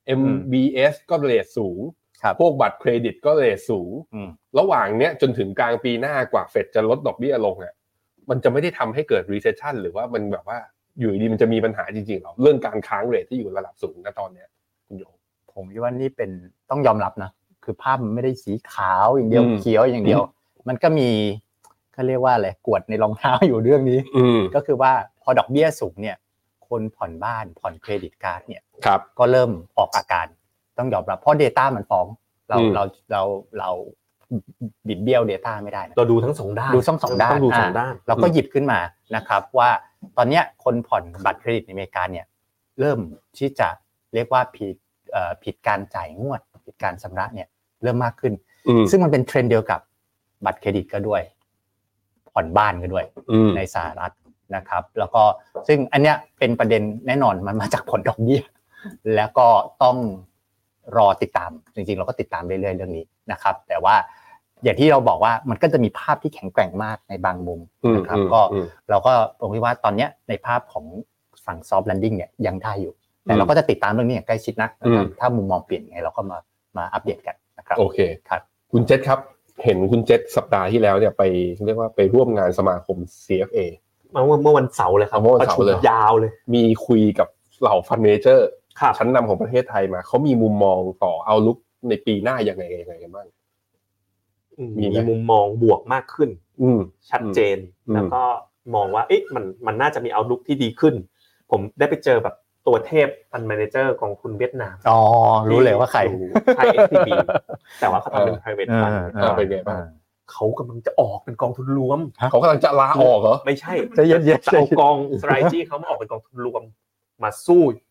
MBS ก็เรทสูงพวกบัตรเครดิตก็เรทสูงระหว่างเนี้ยจนถึงกลางปีหน้ากว่าเฟดจะลดดอกเบี้ยลงอ่ะมันจะไม่ได้ทำให้เกิด recession หรือว่ามันแบบว่าอยู่ดีมันจะมีปัญหาจริงๆหรอเรื่องการค้างเรทที่อยู่ระดับสูงณตอนเนี้ยคุณโยผมคิดว่านี่เป็นต้องยอมรับนะคือภาพมันไม่ได้สีขาวอย่างเดียวเขียวอย่างเดียวมันก็มีเขาเรียกว่าอะไรกวดในรองเท้าอยู่เรื่องนี้ก็คือว่าพอดอกเบี้ยสูงเนี่ยคนผ่อนบ้านผ่อนเครดิตการ์ดเนี่ยก็เริ่มออกอาการต้องยอมรับเพราะ data มันฟ้องเราบิดเบี้ยว data ไม่ได้เราดูทั้ง2ด้านต้องดู2ด้านเราก็หยิบขึ้นมานะครับว่าตอนเนี้ยคนผ่อนบัตรเครดิตในอเมริกาเนี่ยเริ่มที่จะเรียกว่าผิดการจ่ายงวดผิดการชำระเนี่ยเริ่มมากขึ้นซึ่งมันเป็นเทรนด์เดียวกับบัตรเครดิตก็ด้วยผ่อนบ้านก็ด้วยในสหรัฐนะครับแล้วก็ซึ่งอันเนี้ยเป็นประเด็นแน่นอนมันมาจากผลดอกเบี้ยแล้วก็ต้องรอติดตามจริงๆเราก็ติดตามเรื่อยๆเรื่องนี้นะครับแต่ว่าอย่างที่เราบอกว่ามันก็จะมีภาพที่แข็งแกร่งมากในบางมุมนะครับก็เราก็ผมคิดว่าตอนนี้ในภาพของฝั่ง soft landing เนี่ยยังได้อยู่แต่เราก็จะติดตามเรื่องนี้อย่างใกล้ชิดนะถ้ามุมมองเปลี่ยนไงเราก็มาอัปเดตกันนะครับโอเคครับคุณเจษครับเห็นคุณเจษสัปดาห์ที่แล้วเนี่ยไปเรียกว่าไปร่วมงานสมาคม CFA เมื่อวันเสาร์เลยครับประชุมยาวเลยมีคุยกับเหล่าฟันเมเจอร์ชั้นนำของประเทศไทยมาเขามีมุมมองต่อเอาลุกในปีหน้ายังไงกันบ้างมีมุมมองบวกมากขึ้นชัดเจนแล้วก็มองว่าเอ๊ะมันน่าจะมีเอาลุกที่ดีขึ้นผมได้ไปเจอแบบตัวเทพฟันแมเนเจอร์ของคุณเวียดนามรู้เลยว่าใคร SCB แต่ว่าเขาทำเป็น private fund เป็นไงบ้างเขากำลังจะออกเป็นกองทุนรวมเขากำลังจะลาออกเหรอไม่ใช่จะเย็นๆเอากอง strategy เขามาออกเป็นกองทุนรวมมาสู้กับ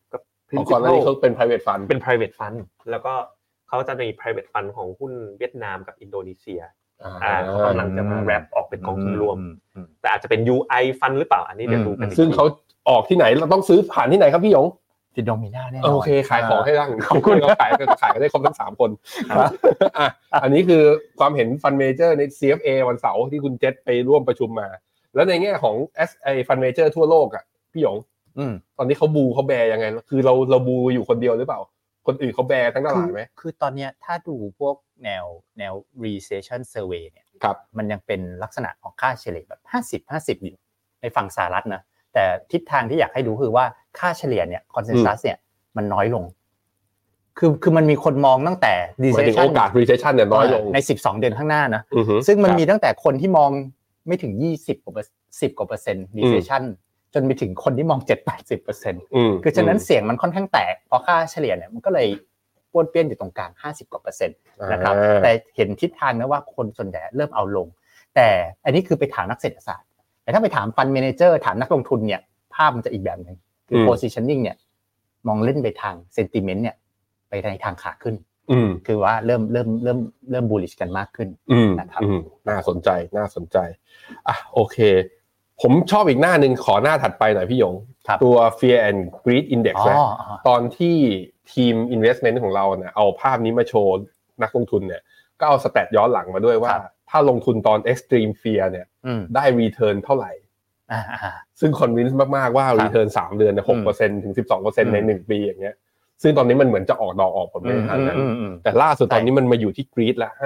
ก่อนหน้านี้เขาเป็น private fund เป็น private fund แล้วก็เขาจะมี private fund ของหุ้นเวียดนามกับอินโดนีเซียเขากำลังจะมาแรปออกเป็นกองทุนรวมแต่อาจจะเป็น UI fund หรือเปล่าอันนี้เดี๋ยวดูกันซึ่งเขาออกที่ไหนเราต้องซื้อผ่านที่ไหนครับพี่หยง Phenomena แน่นอนโอเคขายของให้ดังขอบคุณเขาขายกันได้ครบทั้ง3คนอันนี้คือความเห็นฟันเมเจอร์ใน CFA วันเสาร์ที่คุณเจษไปร่วมประชุมมาแล้วในแง่ของ SA ฟันเมเจอร์ทั่วโลกอ่ะพี่หยงตอนนี้เขาบูเขาแบร์ยังไงคือเราบูอยู่คนเดียวหรือเปล่าคนอื่นเขาแบร์ทั้งตลาดไหมคือตอนนี้ถ้าดูพวกแนว recession survey เนี่ยมันยังเป็นลักษณะของค่าเฉลี่ยแบบ50-50อยู่ในฝั่งสหรัฐนะแต่ทิศทางที่อยากให้ดูคือว่าค่าเฉลี่ยเนี่ยคอนเซนซัสเนี่ยมันน้อยลงคือมันมีคนมองตั้งแต่ recession โอกาส recession เนี่ยน้อยลงใน12เดือนข้างหน้านะซึ่งมันมีตั้งแต่คนที่มองไม่ถึง20กว่า10กว่า% recession จนไปถึงคนที่มอง 7-80% คือฉะนั้นเสียงมันค่อนข้างแตกเพราะค่าเฉลี่ยเนี่ยมันก็เลยป้วนเปี้ยนอยู่ตรงกลาง50กว่า%นะครับแต่เห็นทิศทางนะว่าคนส่วนใหญ่เริ่มเอาลงแต่อันนี้คือไปถามนักเศรษฐศาสตร์แต่ถ้าไปถามฟันเมเนเจอร์ถามนักลงทุนเนี่ยภาพมันจะอีกแบบนึงคือ positioning เนี่ยมองเล่นไปทาง sentiment เนี่ยไปในทางขาขึ้นคือว่าเริ่ม bullish กันมากขึ้นนะครับน่าสนใจโอเคผมชอบอีกหน้านึงขอหน้าถัดไปหน่อยพี่หยงตัว Fear and Greed Index นะตอนที่ทีม investment ของเราเนี่ยเอาภาพนี้มาโชว์นักลงทุนเนี่ยก็เอาสแตทย้อนหลังมาด้วยว่าถ้าลงทุนตอน extreme fear เนี่ยได้ return เท่าไหร่ซึ่ง convince มากๆว่า return 3 เดือนเนี่ย 6% ถึง 12% ใน1ปีอย่างเงี้ยซึ่งตอนนี้มันเหมือนจะออกดอกออกผลไม่ทันนั้นแต่ล่าสุดตอนนี้มันมาอยู่ที่ greed ละ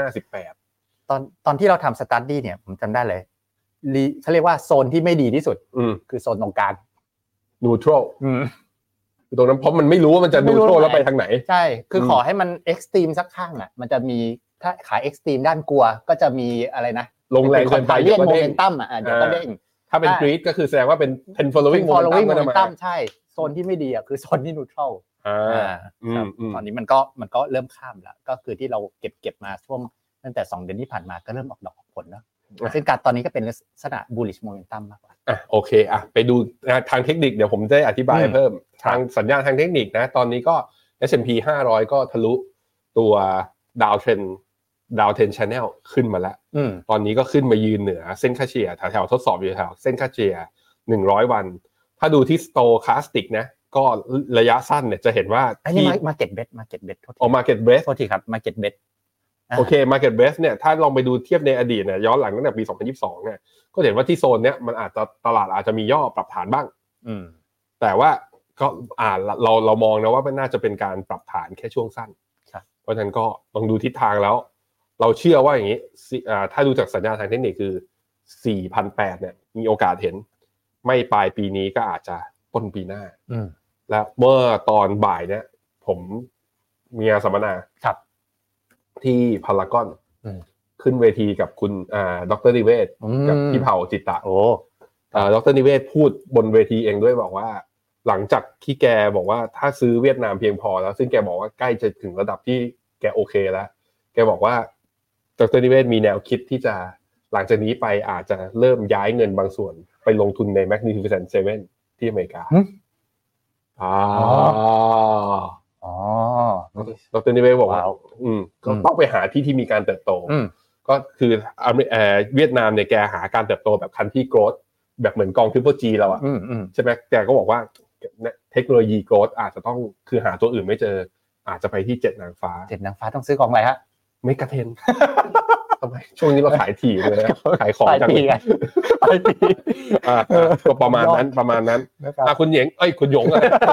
58 ตอนที่เราทำ study เนี่ยผมจำได้เลยเขาเรียกว่าโซนที่ไม่ดีที่สุดคือโซนตรงกลาง neutral คือตรงนั้นเพราะมันไม่รู้ว่ามันจะ neutral แล้วไปทางไหนใช่คือขอให้มัน extreme สักข้างอ่ะมันจะมีถ้าขาย extreme ด้านกลัวก็จะมีอะไรนะลงแรงเกินไปเรียกโมเมนตัมอ่ะเดี๋ยวก็เด้งถ้าเป็น greed ก็คือแสดงว่าเป็น following momentum ใช่โซนที่ไม่ดีอ่ะคือโซนที่ neutral ตอนนี้มันก็เริ่มข้ามแล้วก็คือที่เราเก็บมาช่วงตั้งแต่2เดือนที่ผ่านมาก็เริ่มออกดอกออกผลแล้วเส้นการตอนนี้ก็เป็นลักษณะ bullish momentum มากกว่าโอเคไปดูทางเทคนิคเดี๋ยวผมจะอธิบายเพิ่มทางสัญญาณทางเทคนิคนะตอนนี้ก็ S&P 500ก็ทะลุตัวดาวเทรน channel ขึ้นมาแล้วตอนนี้ก็ขึ้นมายืนเหนือเส้นค่าเฉลี่ยแถวๆทดสอบอยู่แถวเส้นค่าเฉลี่ย100วันถ้าดูที่ Stochastic นะก็ระยะสั้นเนี่ยจะเห็นว่าอันนี้ market bet โทษที market bet โทษทีครับ market bet โอเค market best เนี่ยถ้าลองไปดูเทียบในอดีตเนี่ยย้อนหลังตั้งแต่ปี2022เนี่ยก็เห็นว่าที่โซนเนี้ยมันอาจจะตลาดอาจจะมีย่อปรับฐานบ้างแต่ว่าก็เรามองนะว่ามันน่าจะเป็นการปรับฐานแค่ช่วงสั้นเพราะฉะนั้นก็ลองดูทิศทางแล้วเราเชื่อว่าอย่างนี้ถ้าดูจากสัญญาณทางเทคนิคคือ 4,800 เนี่ยมีโอกาสเห็นไม่ปลายปีนี้ก็อาจจะต้นปีหน้าและเมื่อตอนบ่ายเนี่ยผมมีงานสัมมนาที่พารากอนขึ้นเวทีกับคุณดร.นิเวศกับพี่เผ่าจิตตะดร.นิเวศพูดบนเวทีเองด้วยบอกว่าหลังจากที่แกบอกว่าถ้าซื้อเวียดนามเพียงพอแล้วซึ่งแกบอกว่าใกล้จะถึงระดับที่แกโอเคแล้วแกบอกว่าดร.นิเวศมีแนวคิดที่จะหลังจากนี้ไปอาจจะเริ่มย้ายเงินบางส่วนไปลงทุนใน Magnificent Seven ที่อเมริกาดร.นิเวศบอกว่าก็ต้องไปหาที่มีการเติบโตก็คือเวียดนามเนี่ยแกหาการเติบโตแบบ country growth แบบเหมือนกอง Triple G เราอ่ะใช่ไหมแกก็บอกว่าเทคโนโลยี growth อาจจะต้องคือหาตัวอื่นไม่เจออาจจะไปที่7นางฟ้าต้องซื้อกองอะไรฮะเมกะเทนทำไมช่วงนี้เราขายถี่เลยนะขายของจังเลยก็ประมาณนั้นคุณเหยงคุณหยง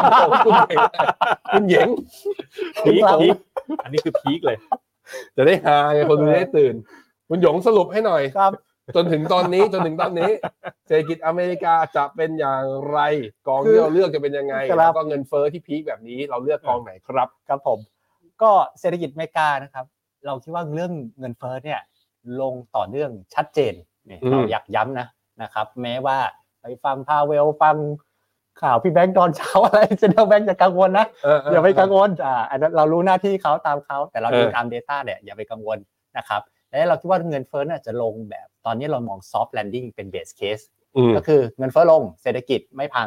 คุณเหยงพีคอันนี้คือพีคเลยจะได้หาไงคนจะได้ตื่นคุณหยงสรุปให้หน่อยครับจนถึงตอนนี้เศรษฐกิจอเมริกาจะเป็นอย่างไรกองที่เราเลือกจะเป็นยังไงแล้วก็เงินเฟ้อที่พีคแบบนี้เราเลือกกองไหนครับครับผมก็เศรษฐกิจอเมริกานะครับเราคิดว่าเรื่องเงินเฟ้อเนี่ยลงต่อเนื่องชัดเจนเราอยากย้ำนะครับแม้ว่าไปฟังพาเวลฟังข่าวพี่แบงค์ตอนเช้าอะไรเซ็นทรัลแบงค์จะกังวลนะอย่าไปกังวลอันนั้นเรารู้หน้าที่เขาตามเขาแต่เราดูตาม data เนี่ยอย่าไปกังวลนะครับและเราคิดว่าเงินเฟ้อน่ะจะลงแบบตอนนี้เรามอง soft landing เป็น base case ก็คือเงินเฟ้อลงเศรษฐกิจไม่พัง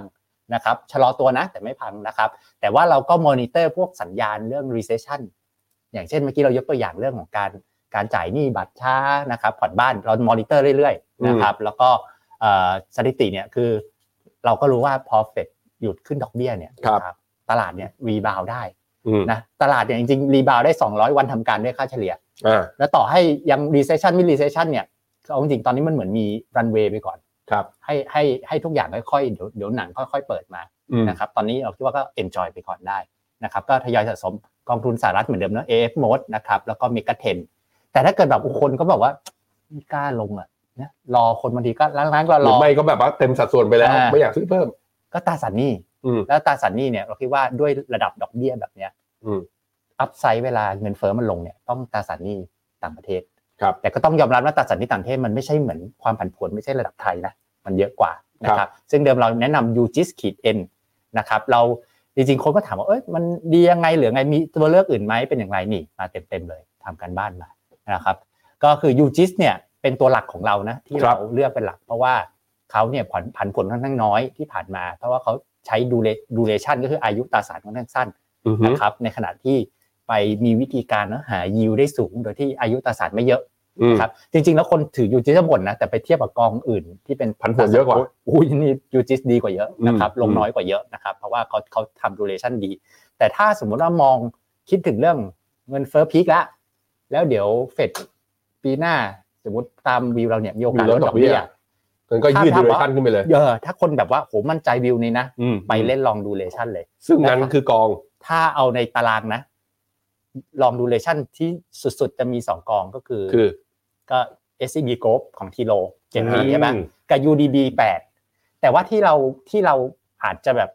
นะครับชะลอตัวนะแต่ไม่พังนะครับแต่ว่าเราก็มอนิเตอร์พวกสัญญาณเรื่อง recession อย่างเช่นเมื่อกี้เรายกตัวอย่างเรื่องของการจ่ายหนี้บัตรช้านะครับผ่อนบ้านเรามอนิเตอร์เรื่อยๆนะครับแล้วก็สถิติเนี่ยคือเราก็รู้ว่าพอเฟดหยุดขึ้นดอกเบี้ยเนี่ยครับตลาดเนี่ยรีบาวได้นะตลาดเนี่ยจริงๆรีบาวได้200วันทำการด้วยค่าเฉลี่ยแล้วต่อให้ยัง recession ไม่ recession เนี่ยเอาจริงๆตอนนี้มันเหมือนมี runway ไปก่อนครับให้ทุกอย่างค่อยๆเดี๋ยวหนังค่อยๆเปิดมานะครับตอนนี้เราคิดว่าก็ enjoy ไปก่อนได้นะครับก็ทยอยสะสมกองทุนสหรัฐเหมือนเดิมนะ AF Mode นะครับแล้วก็ Mega 10แต่ถ้าเกิดแบบคนก็บอกว่าไม่กล้าลงอ่ะนะรอคนบางทีก็ล้างๆก็รอไม่ก็แบบว่าเต็มสัดส่วนไปแล้วไม่อยากซื้อเพิ่มก็ตราสารหนี้แล้วตราสารหนี้เนี่ยเราคิดว่าด้วยระดับดอกเบี้ยแบบเนี้ยอัพไซด์เวลาเงินเฟ้อมันลงเนี่ยต้องตราสารหนี้ต่างประเทศแต่ก็ต้องยอมรับว่าตราสารหนี้ต่างประเทศมันไม่ใช่เหมือนความผันผวนไม่ใช่ระดับไทยนะมันเยอะกว่านะครับซึ่งเดิมเราแนะนำ UGIS-N นะครับเราจริงๆคนก็ถามว่ามันดียังไงหรือไงมีตัวเลือกอื่นไหมเป็นอย่างไรนี่มาเต็มๆเลยทำการบ้านมานะครับก็คือ UGIS เนี่ยเป็นตัวหลักของเรานะที่เราเลือกเป็นหลักเพราะว่าเขาเนี่ยผันผลค่อนข้างน้อยที่ผ่านมาเพราะว่าเขาใช้duration ก็คืออายุตราสารค่อนข้างสั้นนะครับในขณะที่ไปมีวิธีการหา yield ได้สูงโดยที่อายุตราสารไม่เยอะครับจริงๆแล้วคนถือ UGIS จะบ่นนะแต่ไปเทียบกับกองอื่นที่เป็นผันผวนเยอะกว่านี่ UGIS ดีกว่าเยอะนะครับลงน้อยกว่าเยอะนะครับเพราะว่าเขาทำ duration ดีแต่ถ้าสมมุติว่ามองคิดถึงเรื่องเงินเฟ้อพีคแล้วเดี๋ยวเฟดปีหน้าสมมุติตามวิวเราเนี่ยมีโอกาสลดดอกเบี้ยมันก็ยืด duration ขึ้นไปเลยถ้าคนแบบว่าโหมั่นใจวิวนี้นะไปเล่นลอง duration เลยซึ่งนั้นคือกองถ้าเอาในตารางนะลอง duration ที่สุดๆจะมี2กองก็คือก็ SCB Group ของทีโล7ปีใช่มั้ยกับ UDB 8แต่ว่าที่เราอาจจะแบบ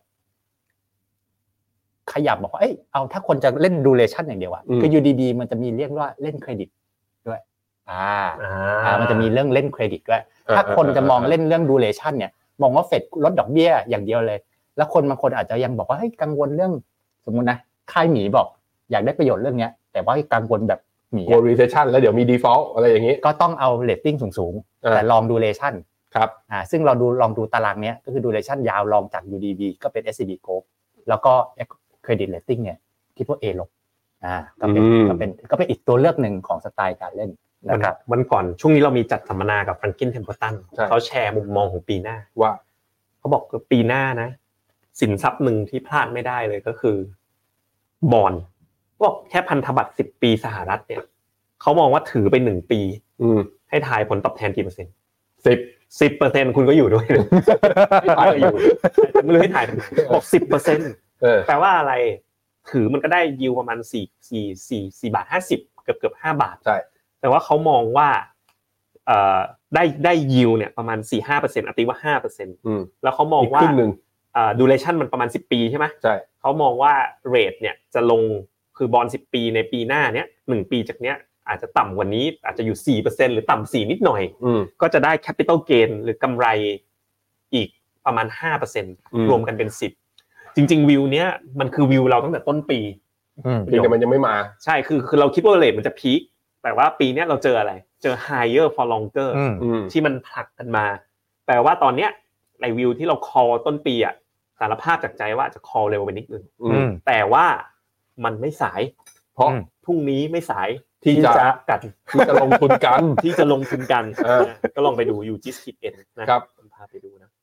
ขยับบอกว่าเอาถ้าคนจะเล่น duration อย่างเดียวอ่ะคือ UDB มันจะมีเรียกว่าเล่นเครดิตด้วยมันจะมีเรื่องเล่นเครดิตด้วยถ้าคนจะมองเล่นเรื่อง duration เนี่ยมองว่าเฟดลดดอกเบี้ยอย่างเดียวเลยแล้วคนบางคนอาจจะยังบอกว่ากังวลเรื่องสมมุตินะค่ายหมีบอกอยากได้ประโยชน์เรื่องนี้แต่ว่ากังวลแบบหมี recession แล้วเดี๋ยวมี default อะไรอย่างงี้ก็ต้องเอา rating สูงๆแต่ลอง duration ครับซึ่งเราลองดูตารางเนี้ยก็คือ duration ยาวลองจาก UDB ก็เป็น SCB Group แล้วก็ credit rating เนี่ยที่พวก A ลบก็เป็นอีกตัวเลือกนึงของสไตล์การเล่นนะครับวันก่อนช่วงนี้เรามีจัดสัมมนากับ Franklin Templeton เขาแชร์มุมมองของปีหน้าว่าเขาบอกปีหน้านะสินทรัพย์นึงที่พลาดไม่ได้เลยก็คือบอนด์บอกแค่พันธบัตร10ปีสหรัฐเนี่ยเขามองว่าถือไป1ปีให้ทายผลตอบแทนกี่เปอร์เซ็นต์10% คุณก็อยู่ด้วยทายอยู่ไม่รู้ให้ทายบอก 10% แปลว่าอะไรถือมันก็ได้ยิวประมาณ4 บาท 50เกือบ5 บาทใช่แต่ว่าเขามองว่าได้ยิวเนี่ยประมาณ 4-5% ตีว่า 5% แล้วเขามองว่าduration มันประมาณ10ปีใช่มั้ยใช่เขามองว่าเรทเนี่ยจะลงคือบอนด์10ปีในปีหน้าเนี้ย1ปีจากเนี้ยอาจจะต่ำกว่านี้อาจจะอยู่ 4% หรือต่ำ4นิดหน่อยก็จะได้ capital gain หรือกำไรอีกประมาณ 5% รวมกันเป็น10จริงๆวิวเนี้ยมันคือวิวเราตั้งแต่ต้นปีแต่มันยังไม่มาใช่คือเราคิดว่าเรทมันจะพีคแต่ว่าปีนี้เราเจออะไรเจอ higher for longer ที่มันผลักกันมาแปลว่าตอนเนี้ยในวิวที่เรา call ต้นปีอ่ะสารภาพจากใจว่าจะ call เร็วไปนิดนึงแต่ว่ามันไม่สายเพราะพรุ่งนี้ไม่สายที่จะลงทุนกันก็ลองไปดู UGIS-N นะครับพาไปดูนะ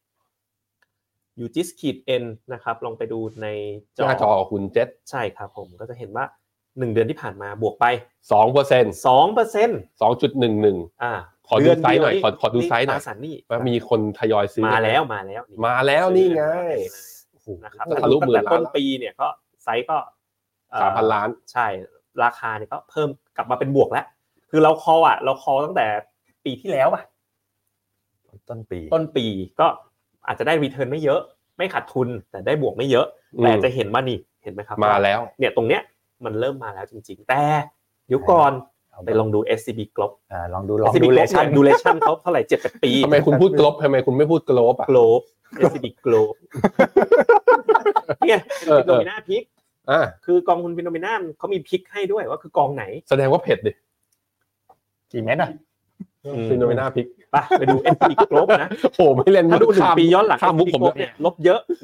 UGIS-N นะครับลองไปดูในหน้าจอของคุณเจษใช่ครับผมก็จะเห็นว่า1เดือนที่ผ่านมาบวกไป 2% 2.11ขอดูไซส์หน่อยขอดูไซส์หน่อยว่ามีคนทยอยซื้อมาแล้วนี่ไงนะครับทะลุ10,000 ล้านต้นปีเนี่ยก็ไซส์ก็ 3,000 ล้านใช่ราคาเนี่ยก็เพิ่มกลับมาเป็นบวกแล้วคือเราคอตั้งแต่ปีที่แล้วป่ะต้นปีก็อาจจะได้รีเทิร์นไม่เยอะไม่ขาดทุนแต่ได้บวกไม่เยอะแต่จะเห็นว่านี่เห็นไหมครับมาแล้วเนี่ยตรงเนี้ยมันเริ่มมาแล้วจริงๆแต่เดี๋ยวก่อนไปลองดู SCB Globe ลองดู duration เขาเท่าไหร่ 7-8 ปีทำไมคุณพูด Globe ทำไมคุณไม่พูด Globe อ่ะ Globe SCB Globe เนี่ยเป็นโนมินาพิกคือกองทุนฟิโนเมนาเขามีพิกให้ด้วยว่าคือกองไหนแสดงว่าเผ็ดดิกี่เม็ดอ่ะฟิโนเมนาพิกไปดู SCB Globe นะโหไม่เล่นถ้าดู1ปีย้อนหลังข้ามมุกผมเนี่ยลบเยอะนะ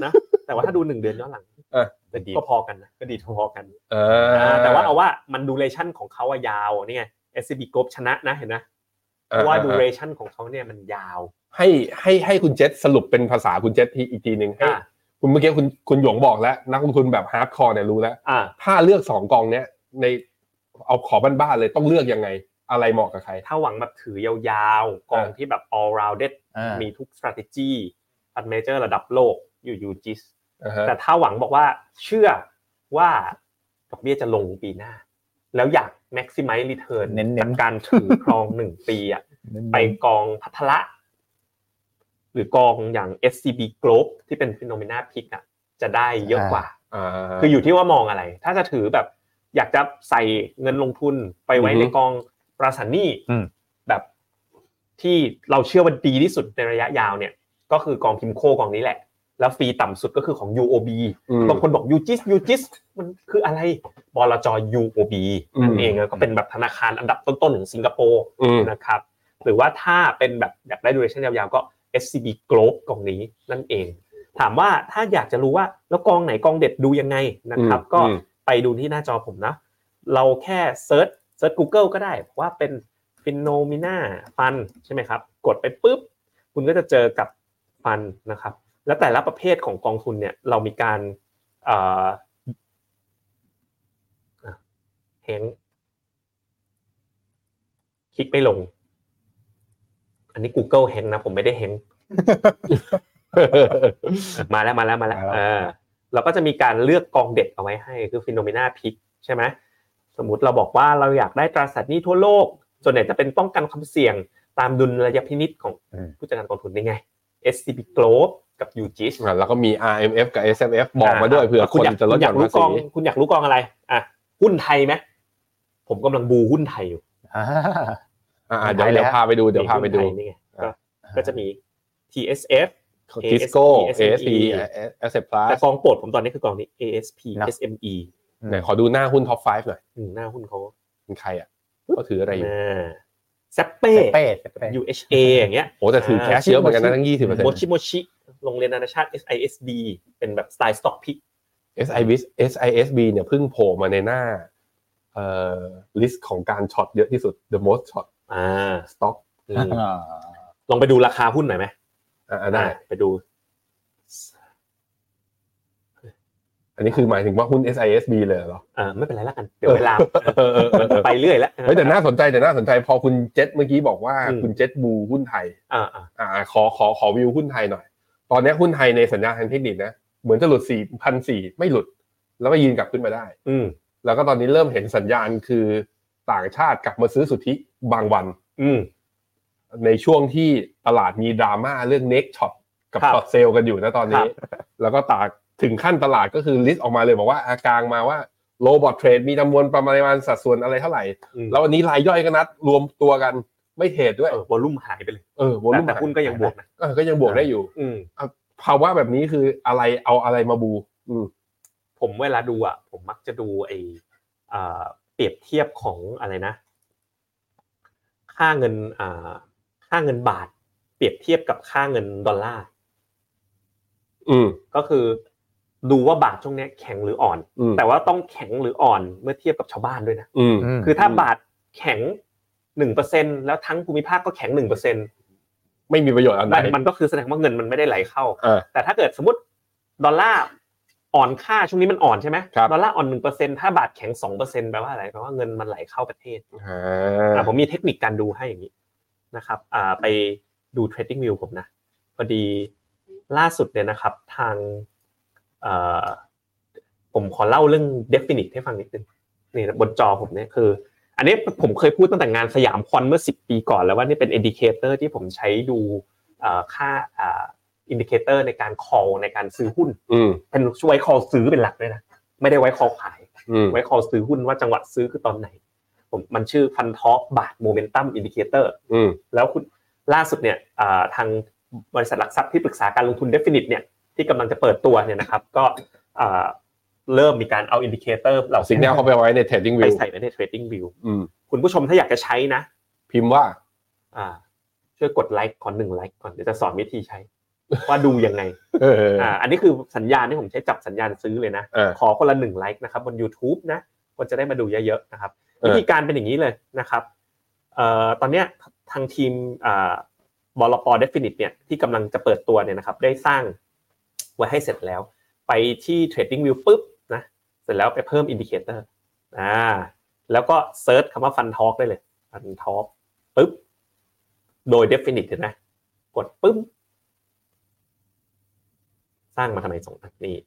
แต่ว่าถ้าดู1เดือนย้อนหลังก็ดีก็พอกันนะก็ดีพอกันแต่ว่าเอาว่ามันดูเรชั่นของเขายาวนี่ไง SCB Group ชนะนะเห็นนะว่าดูเรชั่นของเขาเนี่ยมันยาวให้คุณเจษสรุปเป็นภาษาคุณเจษอีกทีนึงให้คุณเมื่อกี้คุณหยงบอกแล้วนักลงทุนแบบฮาร์ดคอร์เนี่ยรู้แล้วถ้าเลือก2กองเนี้ยในเอาขอบ้านๆเลยต้องเลือกยังไงอะไรเหมาะกับใครถ้าหวังแบบถือยาวๆกองที่แบบ all rounded มีทุก strategy fund manager ระดับโลกอยู่ UGIS แต่ถ้าหวังบอกว่าเชื่อว่าดอกเบี้ยจะลงปีหน้าแล้วอยาก maximize return จากการถือครอง1ปีอ่ะไปกองพัทละหรือกองอย่าง SCB Group ที่เป็น Phenomena Pick อ่ะจะได้เยอะกว่าคืออยู่ที่ว่ามองอะไรถ้าจะถือแบบอยากจะใส่เงินลงทุนไปไว้ในกองตราสารหนี้แบบที่เราเชื่อว่าดีที่สุดในระยะยาวเนี่ยก็คือกองพิมโคกองนี้แหละแล้วฟรีต่ำสุดก็คือของ UOB บางคนบอก UGIS มันคืออะไรบลจ. UOB นั่นเองก็เป็นแบบธนาคารอันดับต้นๆของสิงคโปร์นะครับหรือว่าถ้าเป็นแบบอยากได้ duration ยาวๆก็ SCB Group กองนี้นั่นเองถามว่าถ้าอยากจะรู้ว่าแล้วกองไหนกองเด็ดดูยังไงนะครับก็ไปดูที่หน้าจอผมนะเราแค่เซิร์ช Google ก็ได้ว่าเป็น Phenomena Fund ใช่ไหมครับกดไปปุ๊บคุณก็จะเจอกับ Fund นะครับแล้วแต่ละประเภทของกองทุนเนี่ยเรามีการเห็นคลิกไม่ลงอันนี้ Google เห็นนะผมไม่ได้เห็น มาแล้วเราก็จะมีการเลือกกองเด็ดเอาไว้ให้คือ Phenomena Pick ใช่ไหมสมมุติเราบอกว่าเราอยากได้ตราสารหนี้ทั่วโลกส่วนใหญ่จะเป็นป้องกันความเสี่ยงตามดุลยพินิจของผู้จัดการกองทุนนี่ไง SCB Group กับ UGIS แล้วก็มี RMF กับ SMF บอกมาด้วยเผื่อคนจะลดหย่อนภาษีคุณอยากรู้กองอะไรหุ้นไทยไหมผมกำลังบูหุ้นไทยอยู่เดี๋ยวพาไปดูนี่ไงก็จะมี TSF Tisco ASP Asset Plus แต่กองโปรดผมตอนนี้คือกองนี้ ASP SME ไหนขอดูหน้าหุ้น Top 5หน่อยหน้าหุ้นเขาเป็นใครอ่ะเขาถืออะไรอยู่ซัปเป้ UHA อย่างเงี้ยโอ้แต่ถือแคชเยอะเหมือนกันนะทั้ง 20% โมชิโรงเรียนนานาชาติ SISB เป็นแบบสไตล์ stock pick SISB เนี่ยเพิ่งโผล่มาในหน้าลิสต์ของการช็อตเยอะที่สุด the most short stock ลองไปดูราคาหุ้นหน่อยไหมได้ไปดูอันนี้คือหมายถึงว่าหุ้น SISB เลยเหรอไม่เป็นไรแล้วกันเดี๋ยวเวลาไปเรื่อยแล้วแต่น่าสนใจพอคุณเจษเมื่อกี้บอกว่าคุณเจษบูหุ้นไทยขอวิวหุ้นไทยหน่อยตอนนี้หุ้นไทยในสัญญาณทางเทคนิคนะเหมือนจะหลุด 4,400 ไม่หลุดแล้วก็ยืนกลับขึ้นมาได้แล้วก็ตอนนี้เริ่มเห็นสัญญาณคือต่างชาติกลับมาซื้อสุทธิบางวันในช่วงที่ตลาดมีดราม่าเรื่อง next shot กับ short sale กันอยู่นะตอนนี้แล้วก็ถึงขั้นตลาดก็คือลิสต์ออกมาเลยบอกว่ากลางมาว่าโลบอทเทรดมีจำนวนประมาณสัดส่วนอะไรเท่าไหร่แล้ววันนี้รายย่อยก็นัดรวมตัวกันไม่เทรดด้วยวอลุ่มหายไปเลยวอลุ่มแต่หุ้นก็ยังบวกนะก็ยังบวกได้อยู่ภาวะแบบนี้คืออะไรเอาอะไรมาบูผมเวลาดูอ่ะผมมักจะดูไอ้เปรียบเทียบของอะไรนะค่าเงินบาทเปรียบเทียบกับค่าเงินดอลลาร์ก็คือดูว่าบาทช่วงนี้แข็งหรืออ่อนแต่ว่าต้องแข็งหรืออ่อนเมื่อเทียบกับชาวบ้านด้วยนะคือถ้าบาทแข็ง 1% แล้วทั้งภูมิภาคก็แข็ง 1% ไม่มีประโยชน์อะไรมันก็คือแสดงว่าเงินมันไม่ได้ไหลเข้าแต่ถ้าเกิดสมมุติดอลลาร์อ่อนค่าช่วงนี้มันอ่อนใช่ไหมดอลลาร์อ่อน 1% ถ้าบาทแข็ง 2% แปลว่าอะไรแปลว่าเงินมันไหลเข้าประเทศผมมีเทคนิคการดูให้อย่างนี้นะครับไปดู Trading View ผมนะพอดีล่าสุดเนี่ยนะครับทางผมขอเล่าเรื่อง Definite ให้ฟังนิดนึงนี่บนจอผมเนี่ยคืออันนี้ผมเคยพูดตั้งแต่งานสยามคอนเมื่อ10ปีก่อนแล้วว่านี่เป็น indicator ที่ผมใช้ดูค่าindicator ในการ call ในการซื้อหุ้นเป็นไว้ call ซื้อเป็นหลักด้วยนะไม่ได้ไว้ call ขายไว้ call ซื้อหุ้นว่าจังหวะซื้อคือตอนไหนมันชื่อ Fund Talk บาท Momentum Indicator แล้วคุณล่าสุดเนี่ยทางบริษัทหลักทรัพย์ที่ปรึกษาการลงทุน Definite เนี่ยที่กำลังจะเปิดตัวเนี่ยนะครับก็เริ่มมีการเอาอินดิเคเตอร์เหล่าสิ่งนี้เข้าไปไว้ใน Trading View ไปใส่ไว้ใน Trading View คุณผู้ชมถ้าอยากจะใช้นะพิมพ์ว่าช่วยกดไลค์ก่อน1ไลค์ก่อนเดี๋ยวจะสอนวิธีใช้ว่าดูยังไงอันนี้คือสัญญาณที่ผมใช้จับสัญญาณซื้อเลยนะขอคนละ1ไลค์นะครับบน YouTube นะคนจะได้มาดูเยอะๆนะครับวิธีการเป็นอย่างนี้เลยนะครับตอนเนี้ยทางทีมบลป. Definite เนี่ยที่กำลังจะเปิดตัวเนี่ยนะครับได้สร้างไว้ให้เสร็จแล้วไปที่ Trading View ปุ๊บนะเสร็จแล้วไปเพิ่ม Indicator แล้วก็เซิร์ชคำว่า Fund Talk ได้เลย Fund Talk ปุ๊บโดย Definite เห็นไหมกดปึ๊บสร้างมาทำไม2อันนี้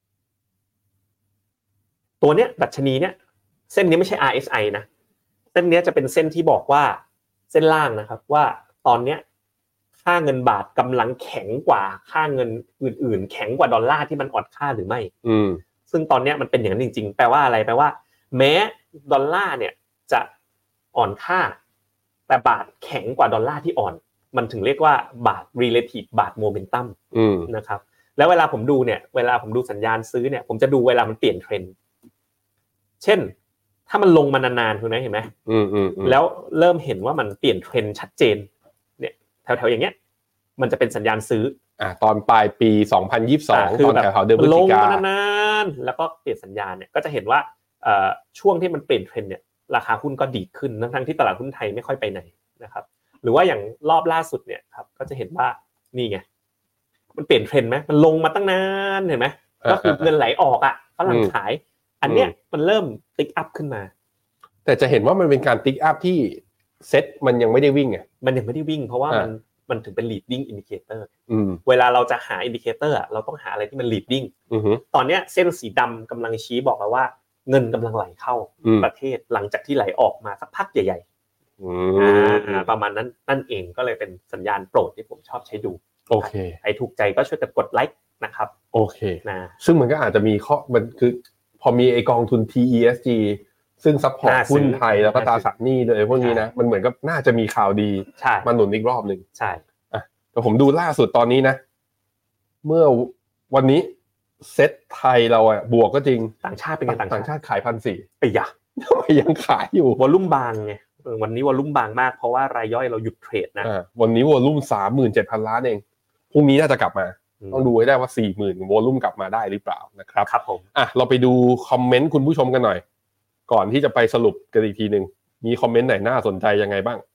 ตัวเนี้ยดัชนีเนี้ยเส้นนี้ไม่ใช่ RSI นะเส้นนี้จะเป็นเส้นที่บอกว่าเส้นล่างนะครับว่าตอนเนี้ยค่าเงินบาทกำลังแข็งกว่าค่าเงินอื่นๆแข็งกว่าดอลลาร์ที่มันอ่อนค่าหรือไม่ซึ่งตอนเนี้ยมันเป็นอย่างนั้นจริงๆแปลว่าอะไรแปลว่าแม้ดอลลาร์เนี่ยจะอ่อนค่าแต่บาทแข็งกว่าดอลลาร์ที่อ่อนมันถึงเรียกว่าบาท relative บาท momentum นะครับแล้วเวลาผมดูเนี่ยเวลาผมดูสัญญาณซื้อเนี่ยผมจะดูเวลามันเปลี่ยนเทรนด์เช่นถ้ามันลงมานานๆคุณเห็นไหมแล้วเริ่มเห็นว่ามันเปลี่ยนเทรนด์ชัดเจนเนี่ยแถวๆอย่างเงี้ยมันจะเป็นสัญญาณซื้อตอนปลายปี2022ตอนแถวๆเดือนพฤศจิกายนลงมานานๆแล้วก็เปลี่ยนสัญญาณเนี่ยก็จะเห็นว่าช่วงที่มันเปลี่ยนเทรนด์เนี่ยราคาหุ้นก็ดีขึ้นทั้งที่ตลาดหุ้นไทยไม่ค่อยไปไหนนะครับหรือว่าอย่างรอบล่าสุดเนี่ยครับก็จะเห็นว่านี่ไงมันเปลี่ยนเทรนด์มั้ยมันลงมาตั้งนานเห็นมั้ยก็คือเงินไหลออกอ่ะฝรั่งขายอันเนี้ยมันเริ่มติ๊กอัพขึ้นมาแต่จะเห็นว่ามันเป็นการติ๊กอัพที่เซ็ตมันยังไม่ได้วิ่งมันยังไม่ได้วิ่งเพราะว่ามันถึงเป็น leading indicator เวลาเราจะหา indicator อ่ะเราต้องหาอะไรที่มัน leading ตอนเนี้ยเส้นสีดำกำลังชี้บอกแล้วว่าเงินกำลังไหลเข้าประเทศหลังจากที่ไหลออกมาสักพักใหญ่ๆประมาณนั้นนั่นเองก็เลยเป็นสัญญาณโปรดที่ผมชอบใช้ดูโอเคใครถูกใจก็ช่วยกดไลค์นะครับโอเคนะซึ่งมันก็อาจจะมีข้อมันคือพอมีไอกองทุน TESG ซึ่งซัพพอร์ตหุ้นไทยแล้วก็ตราสารหนี้เลยพวกนี้นะมันเหมือนกับน่าจะมีข่าวดีมาหนุนอีกรอบนึงใช่แต่ผมดูล่าสุดตอนนี้นะเมื่อวันนี้เซ็ตไทยเราบวกก็จริงต่างชาติเป็นไงต่างชาติขาย 1,400 ไปอ่ะทำไมยังขายอยู่วอลลุ่มบางไงวันนี้วอลลุ่มบางมากเพราะว่ารายย่อยเราหยุดเทรดนะวันนี้วอลลุ่ม 37,000 ล้านเองพรุ่งนี้น่าจะกลับมาต้องดูให้ได้ว่า 40,000 วอลลุ่มกลับมาได้หรือเปล่านะครับครับผมเราไปดูคอมเมนต์คุณผู้ชมกันหน่อยก่อนที่จะไปสรุปกันอีกทีนึงมีคอมเมนต์ไหนน่าสนใจยังไงบ้าง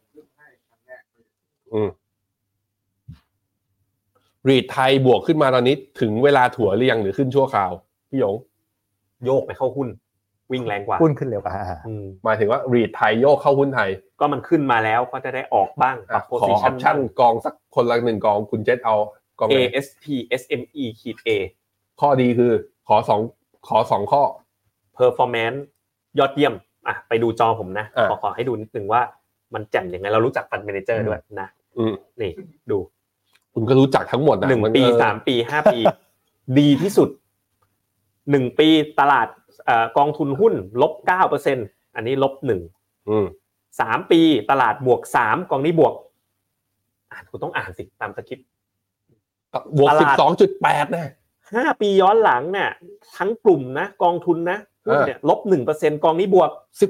รีทไทยบวกขึ้นมาตอนนี้ถึงเวลาถั่วหรือยังหรือขึ้นชั่วคราวพี่หยงโยกไปเข้าหุ้นวิ่งแรงกว่าหุ้นขึ้นเร็วกว่าหมายถึงว่ารีทไทยโยกเข้าหุ้นไทยก็มันขึ้นมาแล้วก็จะได้ออกบ้างปรับโพซิชั่นกองสักคนละ1กองคุณเจษเอากอง ASP SME-A ข้อดีคือขอ2ข้อ performance ยอดเยี่ยมไปดูจอผมนะขอให้ดูนิดนึงว่ามันแจ่มยังไงเรารู้จักฟันเมเนเจอร์ด้วยนะนี่ดูคุณก็รู้จักทั้งหมดนะ 1ปี3ปี5ปีดีที่สุด1ปีตลาดกองทุนหุ้น -9% อันนี้ -1 3ปีตลาดบวก3กองนี้บวกคุณต้องอ่านสิตามสคริปต์บวก 12.8 นะ 5ปีย้อนหลังเนี่ยทั้งกลุ่มนะกองทุนนะหุ้นเนี่ย -1% กองนี้บวก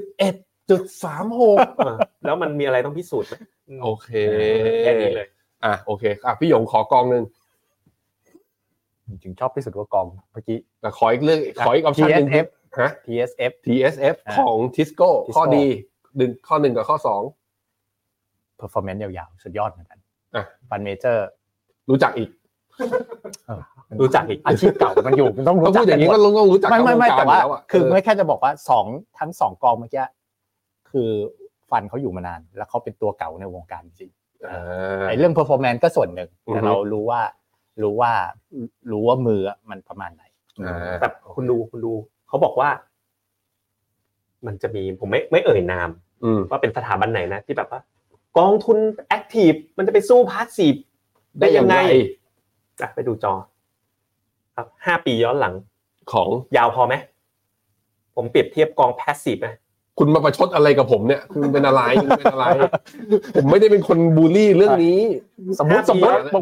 11.36 แล้วมันมีอะไรต้องพิสูจน์มั้ยโอเคแค่นี้เลยโอเคพี่หยงขอกองนึงจริงๆชอบที่สุดว่ากองเมื่อกี้ขออีกเรื่องขออีกออปชั่นนึงTSF ของ Tisco ข้อดีข้อ1กับข้อ2 performance ยาวๆสุดยอดเหมือนกันฟันเมเจอร์รู้จักอีกอาชีพเก่ามันอยู่มันต้องรู้จักอย่างนี้ก็ต้องรู้จักไม่แต่ว่าคือไม่แค่จะบอกว่าทั้ง2กองเมื่อกี้คือฟันเขาอยู่มานานแล้วเขาเป็นตัวเก่าในวงการจริงไอ้เรื่อง performance ก็ส่วนหนึ่งแต่เรารู้ว่ามือมันประมาณไหนแต่คุณดูเขาบอกว่ามันจะมีผมไม่เอ่ยนามว่าเป็นสถาบันไหนนะที่แบบว่ากองทุนแอคทีฟมันจะไปสู้พาสซีฟได้ยังไงไปดูจอครับ5ปีย้อนหลังของยาวพอไหมผมเปรียบเทียบกองพาสซีฟนะคุณมาประชดอะไรกับผมเนี่ยคุณเป็นอะไรผมไม่ได้เป็นคนบูลลี่เรื่องนี้สมมติ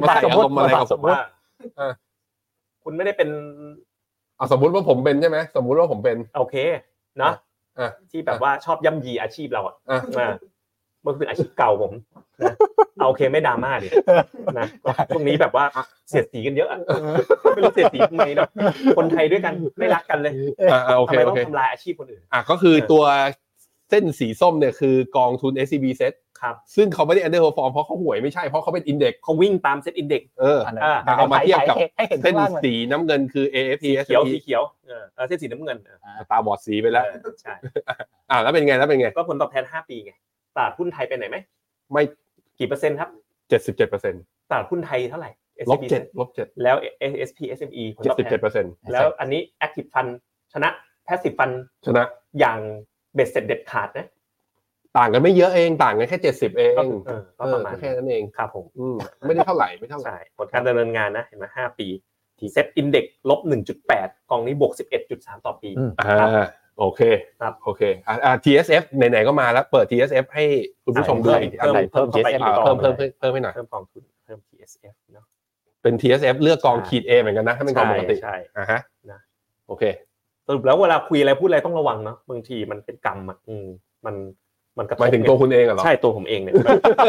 คุณไม่ได้เป็นสมมติว่าผมเป็นใช่ไหมสมมติว่าผมเป็นโอเคเนาะที่แบบว่าชอบย่ำยีอาชีพเรามันคืออาชีพเก่าผมนะเอาโอเคไม่ดราม่าดินะตรงนี้แบบว่าเสียดสีกันเยอะไม่รู้เสียดสีทำไมเนาะคนไทยด้วยกันไม่รักกันเลยโอเคทำไมต้องทำลายอาชีพคนอื่นก็คือตัวเส้นสีส้มเนี่ยคือกองทุน SCB Set ครับซึ่งเขาไม่ได้ underperform เพราะเขาห่วยไม่ใช่เพราะเขาเป็น index เขาวิ่งตามเซ็ต index เอามาเทียบกับเส้นสีน้ำเงินคือ AFP สีเขียวเส้นสีน้ำเงินตาบอดสีไปแล้วใช่แล้วเป็นไงก็ผลตอบแทน5ปีไงตลาดหุ้นไทยไปไหนไหมไม่กี่เปอร์เซ็นต์ครับ 77% ตลาดหุ้นไทยเท่าไหร่ -7 แล้ว S&P SME ผลตอบแทน 77% แล้วอันนี้ Active Fund ชนะ Passive Fund ชนะอย่างเบ็ดเสร็จเด็ดขาดนะต่างกันไม่เยอะเองต่างกันแค่70เองก็ประมาณแค่นั้นเองครับผมไม่ได้เท่าไหร่ใช่ผลการดำเนินงานนะเห็นไหม5ปีเซ็ตอินเด็กซ์-1.8 กองนี้บวก 11.3 ต่อปีโอเคครับโอเคTSF ไหนๆก็มาแล้วเปิด TSF ให้คุณผู้ชมดูอีกอันไหนเพิ่ม TSF เพิ่มให้หน่อยเพิ่มกองทุนเพิ่ม TSF เนาะเป็น TSF เลือกกองขีด A เหมือนกันนะถ้าเป็นกองปกติใช่ฮะนะโอเคสรุปแล้วเวลาคุยอะไรพูดอะไรต้องระวังเนาะบางทีมันเป็นกรรมมันกระทบหมายถึงตัวคุณเองเหรอใช่ตัวผมเองเนี่ย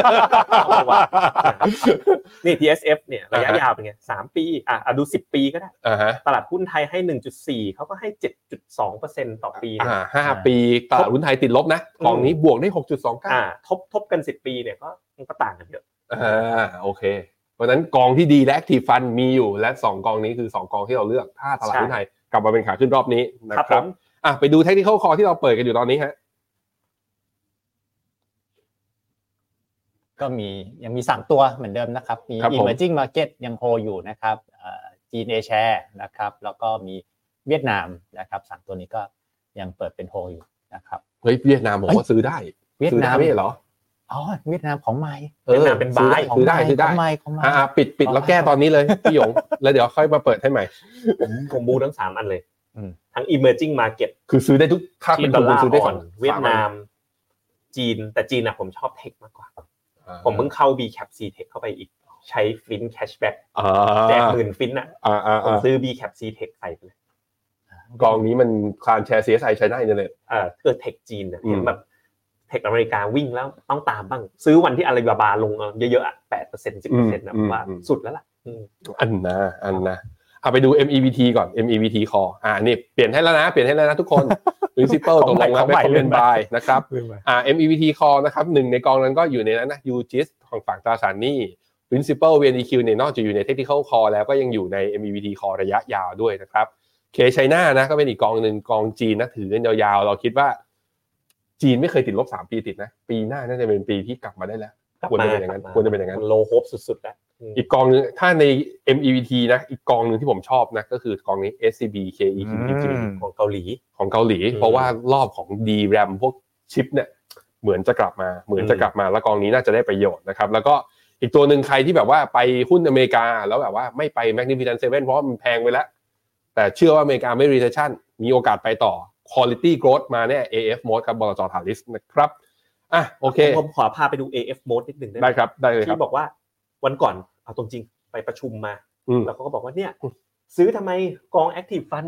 นี่ TSF เนี่ยระยะยาวเป็นไง3ปีดู10ปีก็ได้ตลาดหุ้นไทยให้ 1.4 เขาก็ให้ 7.2% ต่อปี 5ปีตลาดหุ้นไทยติดลบนะกองนี้บวกได้ 6.29 ทบกัน10ปีเนี่ยก็ต่างกันเยอะโอเคเพราะฉะนั้นกองที่ดีและ Active Fund มีอยู่และ2กองนี้คือ2กองที่เราเลือกถ้าตลาดหุ้นไทยกลับมาเป็นขาขึ้นรอบนี้นะครับไปดู Technical Call ที่เราเปิดกันอยู่ตอนนี้ฮะก็ยังมี3ตัวเหมือนเดิมนะครับมี Emerging Market ยังโฮอยู่นะครับจีน A share นะครับแล้วก็มีเวียดนามนะครับ3ตัวนี้ก็ยังเปิดเป็นโฮอยู่นะครับเฮ้ยเวียดนามผมว่าซื้อได้เวียดนามเหรอเวียดนามของใหม่เวียดนามเป็นบายซื้อได้ปิดแล้วแก้ตอนนี้เลยพี่หยงแล้วเดี๋ยวค่อยมาเปิดให้ใหม่ผมบูทั้ง3อันเลยทั้ง Emerging Market คือซื้อได้ทุกถ้าเป็นคนซื้อได้เวียดนามจีนแต่จีนผมชอบเทคมากกว่าผมเพิ่งเข้า BCAP CTech เข้าไปอีกใช้ฟินแคชแบ็กแจก10,000ฟินผมซื้อ BCAP CTech ใส่ไปเลยกองนี้มันคลานแชร์ CSI ใช้ได้เลยเทคจีนเห็นแบบเทคอเมริกาวิ่งแล้วต้องตามบ้างซื้อวันที่อาลีบาบาลงเยอะๆ 8% 10% นะผมว่าสุดแล้วล่ะอันนะไปดู MEVT ก่อน MEVT Call นี่เปลี่ยนให้แล้วนะทุกคน Principal ตกลงแล้วเป็น buy นะครับMEVT Call นะครับหนึ่งในกองนั้นก็อยู่ในนั้นนะ UGIS ของฝั่งตราสารหนี้ Principal VNEQ เนี่ยนอกจากอยู่ใน Technical Call แล้วก็ยังอยู่ใน MEVT Call ระยะยาวด้วยนะครับ K China นะก็เป็นอีกกองนึงกองจีนนะถือกันยาวๆเราคิดว่าจีนไม่เคยติดลบ3ปีติดนะปีหน้าน่าจะเป็นปีที่กลับมาได้แล้วควรจะเป็นอย่างนั้นโลโฮปสุดๆแล้วอีกกองนึงถ้าใน MEVT นะอีกกองนึงที่ผมชอบนะก็คือกองนี้ SCB KEQG ของเกาหลีเพราะว่ารอบของ DRAM พวกชิปเนี่ยเหมือนจะกลับมาแล้วกองนี้น่าจะได้ประโยชน์นะครับแล้วก็อีกตัวนึงใครที่แบบว่าไปหุ้นอเมริกาแล้วแบบว่าไม่ไป Magnificent 7เพราะมันแพงไปแล้วแต่เชื่อว่าอเมริกาไม่ recession มีโอกาสไปต่อ quality growth มาเนี่ย AF Mode ครับบลจ.ทาริสนะครับโอเคผมขอพาไปดู AF Mode นิดนึงได้ครับได้เลยครับที่บอกว่าวันก่อนเอาตรงจริงไปประชุมมาแล้วเขาก็บอกว่าเนี่ยซื้อทำไมกอง Active Fund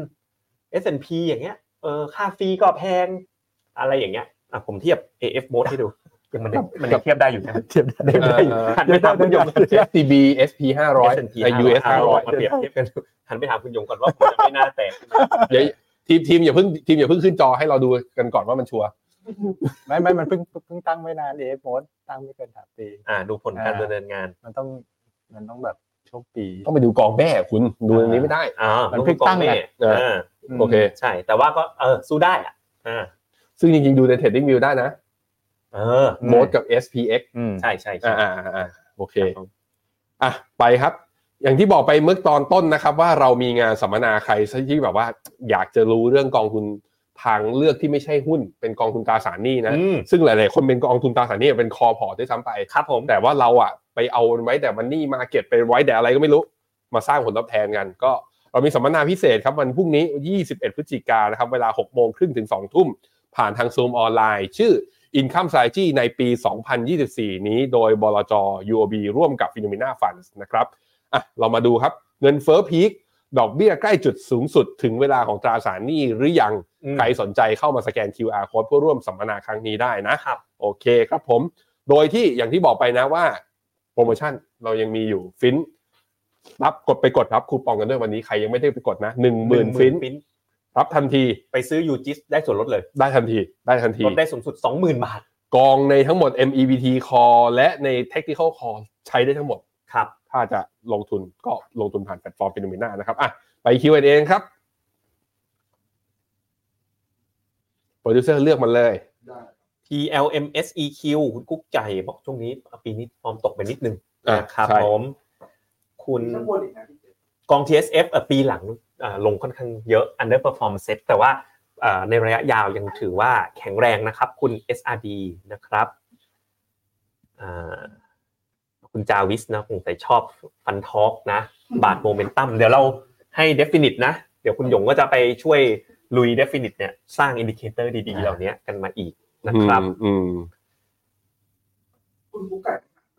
S&P อย่างเงี้ยค่าฟรีก็แพงอะไรอย่างเงี้ยผมเทียบ AF Mode ให้ดูมันเทียบได้อยู่นะเทียบได้อยู่หันไปถามคุณยง SCB SP 500ใน US 500 มาเปรียบเทียบกันหันไปถามคุณยงก่อนว่าผมจะไม่น่าแตกเดี๋ยวทีมอย่าเพิ่งขึ้นจอให้เราดูกันก่อนว่ามันชัวร์ไม่มันเพิ่งตั้งไม่นาน AF Mode ตั้งไม่เกิน3ปีดูผลการดำเนินงานมันต้องแบบช่วงปีต้องไปดูกองแม่คุณดูอันนี้ไม่ได้มันเพิ่งตั้งไงโอเคใช่แต่ว่าก็สู้ได้ซึ่งจริงๆดูใน Trading View ได้นะโมดกับ SPX ใช่โอเคไปครับอย่างที่บอกไปเมื่อตอนต้นนะครับว่าเรามีงานสัมมนาใครที่แบบว่าอยากจะรู้เรื่องกองทุนทางเลือกที่ไม่ใช่หุ้นเป็นกองทุนตราสารหนี้นะซึ่งหลายๆคนเป็นกองทุนตราสารหนี้เป็นคอพอร์ตด้วยซ้ำไปครับผมแต่ว่าเราไปเอาไว้แต่มันนี่มาเก็ตไปไว้แต่อะไรก็ไม่รู้มาสร้างผลตอบแทนกันก็เรามีสัมมนาพิเศษครับวันพรุ่งนี้21พฤศจิกายนนะครับเวลา 6:30 นถึง 20:00 นผ่านทาง Zoom ออนไลน์ชื่อ Income Strategy ในปี 2024 นี้โดยบลจ. UOB ร่วมกับ Phenomena Funds นะครับเรามาดูครับเงินเฟ้อพีคดอกเบี้ยใกล้จุดสูงสุดถึงเวลาของตราสารหนี้หรือยังใครสนใจเข้ามาสแกน QR Code เพื่อร่วมสัมมนาครั้งนี้ได้นะครับโอเคครับผมโดยที่อย่างที่บอกไปนะว่าโปรโมชั่นเรายังมีอยู่ฟินรับกดรับคูปองกันด้วยวันนี้ใครยังไม่ได้ไปกดนะ 10,000 ฟินรับทันทีไปซื้อยูจิสได้ส่วนลดเลยได้ทันทีลดได้สูงสุด 20,000 บาทกองในทั้งหมด MEBT Core และใน Technical Core ใช้ได้ทั้งหมดครับถ้าจะลงทุนก็ลงทุนผ่านแพลตฟอร์ม Phenomena นะครับอ่ะไป Q&A ครับโปรดิวเซอร์เลือกมาเลย PLMSEQ คุณกุ๊กใจบอกช่วงนี้ปีนี้ฟอร์มตกไปนิดนึงนะครับผมคุณกอง TSF ปีหลังลงค่อนข้างเยอะ underperform set แต่ว่าในระยะยาวยังถือว่าแข็งแรงนะครับคุณ SRD นะครับคุณจาวิสนะคงใส่ชอบฟันทอล์กนะบาทโมเมนตัมเดี๋ยวเราให้ definite นะเดี๋ยวคุณหยงก็จะไปช่วยลุย definite เนี่ยสร้างอินดิเคเตอร์ดีๆเหล่านี้กันมาอีกนะครับคุณกุ๊กไก่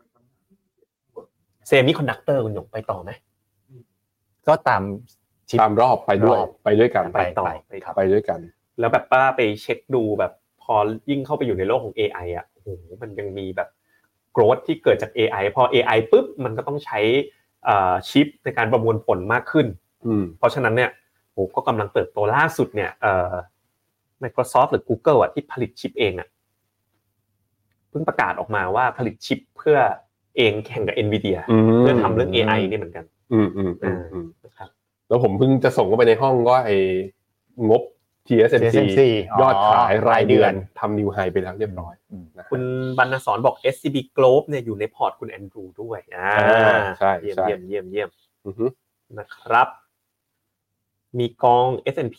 เซมิคอนดักเตอร์คุณหยงไปต่อไหมก็ตามรอบไปด้วยกันไปต่อไปด้วยกันแล้วแบบป้าไปเช็คดูแบบพอยิ่งเข้าไปอยู่ในโลกของ AI อ่ะโอ้โหมันยังมีแบบโกรธที่เกิดจาก AI พอ AI ปุ๊บมันก็ต้องใช้ชิปในการประมวลผลมากขึ้นเพราะฉะนั้นเนี่ยโหก็กำลังเติบโตล่าสุดเนี่ยMicrosoft หรือ Google อ่ะที่ผลิตชิปเองอ่ะเพิ่งประกาศออกมาว่าผลิตชิปเพื่อเองแข่งกับ Nvidia เพื่อทำเรื่อง AI นี่เหมือนกันนะครับแล้วผมเพิ่งจะส่งเข้าไปในห้องก็ไอ้งบ TSMC ยอดขายรายเดือนทำนิวไฮไปแล้วเรียบร้อยคุณบรรณสรบอก SCB Globe เนี่ยอยู่ในพอร์ตคุณแอนดรูด้วยใช่เยี่ยมนะครับมีกอง S&P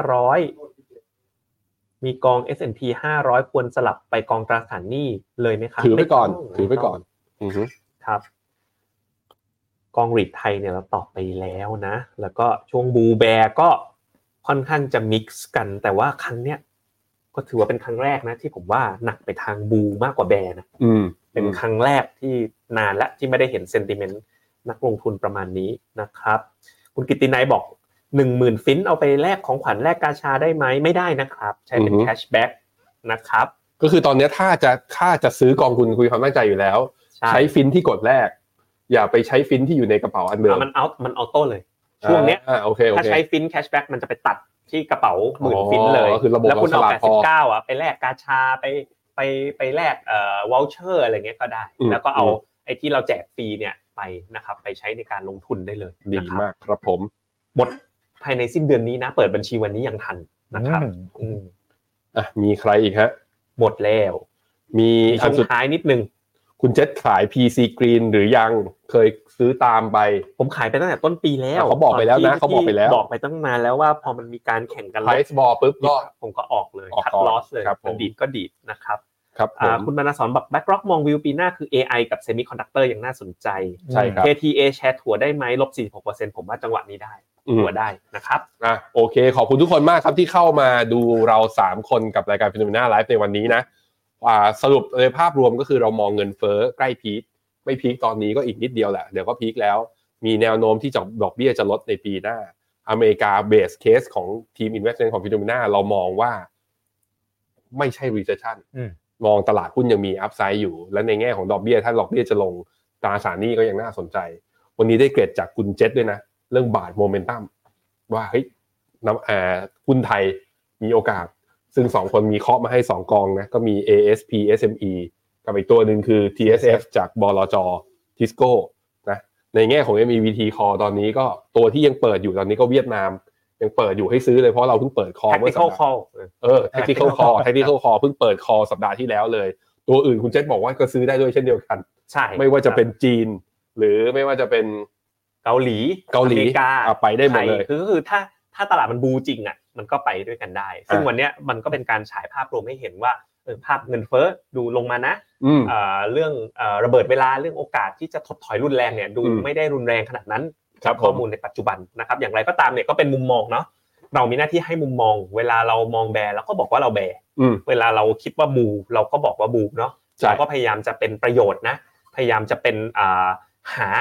500มีกอง S&P 500ควรสลับไปกองตราสารหนี้เลยไหมครับถือไปก่อนครับกองรีทไทยเนี่ยเราตอบไปแล้วนะแล้วก็ช่วงบูแบร์ก็ค่อนข้างจะมิกซ์กันแต่ว่าครั้งเนี้ยก็ถือว่าเป็นครั้งแรกนะที่ผมว่าหนักไปทางบูมากกว่าแบร์นะเป็นครั้งแรกที่นานและที่ไม่ได้เห็นเซนติเมนต์นักลงทุนประมาณนี้นะครับคุณกิตตินัยบอก 10,000 ฟินเอาไปแลกของขวัญแลกกาชาได้ไหมไม่ได้นะครับใช้เป็นแคชแบ็กนะครับก็คือตอนนี้ถ้าจะซื้อกองทุนคุยความตั้งใจอยู่แล้วใช้ฟินที่กดแรกอย่าไปใช้ฟินที่อยู่ในกระเป๋าอันเดิมมันออโต้เลยช่วงเนี้ยถ้าใช้ฟินแคชแบ็กมันจะไปตัดที่กระเป๋า10,000 ฟินเลยแล้วคุณเอา89อ่ะไปแลกกาชาไปแลกวอลเชอร์อะไรเงี้ยก็ได้แล้วก็เอาไอ้ที่เราแจกฟรีเนี่ยไปนะครับไปใช้ในการลงทุนได้เลยดีมากครับผมหมดภายในสิ้นเดือนนี้นะเปิดบัญชีวันนี้ยังทันนะครับมีใครอีกฮะหมดแล้วมีอันสุดท้ายนิดนึงคุณเจษขาย PC Green หรือยังเคยซื้อตามไปผมขายไปตั้งแต่ต้นปีแล้วเขาบอกไปแล้วนะเขาบอกไปแล้วบอกไปตั้งนานแล้วว่าพอมันมีการแข่งกัน Price War ปุ๊บก็ผมก็ออกเลยคัดลอสเลยมันดีดก็ดีดนะครับครับคุณบรรณสรบอก Backrock มองวิวปีหน้าคือ AI กับ Semiconductor อย่างน่าสนใจใช่ครับ KTA แชร์ถั่วได้ไหม -46% ผมว่าจังหวะนี้ได้ถั่วได้นะครับโอเคขอบคุณทุกคนมากครับที่เข้ามาดูเรา3คนกับรายการ Phenomena Live ในวันนี้นะสรุปในภาพรวมก็คือเรามองเงินเฟ้อใกล้พีคไม่พีคตอนนี้ก็อีกนิดเดียวแหละเดี๋ยวก็พีคแล้วมีแนวโน้มที่ดอกเบี้ยจะลดในปีหน้าอเมริกาเบสเคสของทีม Investment ของ Phenomena เรามองว่าไม่ใช่ recession มองตลาดหุ้นยังมีอัพไซด์อยู่และในแง่ของดอกเบี้ยถ้าดอกเบี้ยจะลงตราสารหนี้ก็ยังน่าสนใจวันนี้ได้เกรดจากคุณเจษด้วยนะเรื่องบาทโมเมนตัมว่าเฮ้ยหุ้นไทยมีโอกาสซึ่ง2คนมีเคาะมาให้2กองนะก็มี ASP SME กับอีกตัวนึงคือ TSF จากบลจ. Tisco นะในแง่ของ MEVT Core ตอนนี้ก็ตัวที่ยังเปิดอยู่ตอนนี้ก็เวียดนามยังเปิดอยู่ให้ซื้อเลยเพราะเราเพิ่งเปิดคอเมื่อสัปดาห์Technical Call เพิ่งเปิดคอสัปดาห์ที่แล้วเลยตัวอื่นคุณเจษบอกว่าก็ซื้อได้ด้วยเช่นเดียวกันใช่ไม่ว่าจะเป็นจีนหรือไม่ว่าจะเป็นเกาหลีอเมริกาไปได้หมดเลยคือถ้าตลาดมันบูจริงอ่ะมันก็ไปด้วยกันได้ซึ่งวันนี้มันก็เป็นการฉายภาพรวมให้เห็นว่าภาพเงินเฟ้อดูลงมานะเรื่องระเบิดเวลาเรื่องโอกาสที่จะถดถอยรุนแรงเนี่ยดูไม่ได้รุนแรงขนาดนั้นข้อมูลในปัจจุบันนะครับอย่างไรก็ตามเนี่ยก็เป็นมุมมองเนาะเรามีหน้าที่ให้มุมมองเวลาเรามองแบร์เราก็บอกว่าเราแบร์เวลาเราคิดว่าบูเราก็บอกว่าบูเนาะเราก็พยายามจะเป็นประโยชน์นะพยายามจะเป็นหา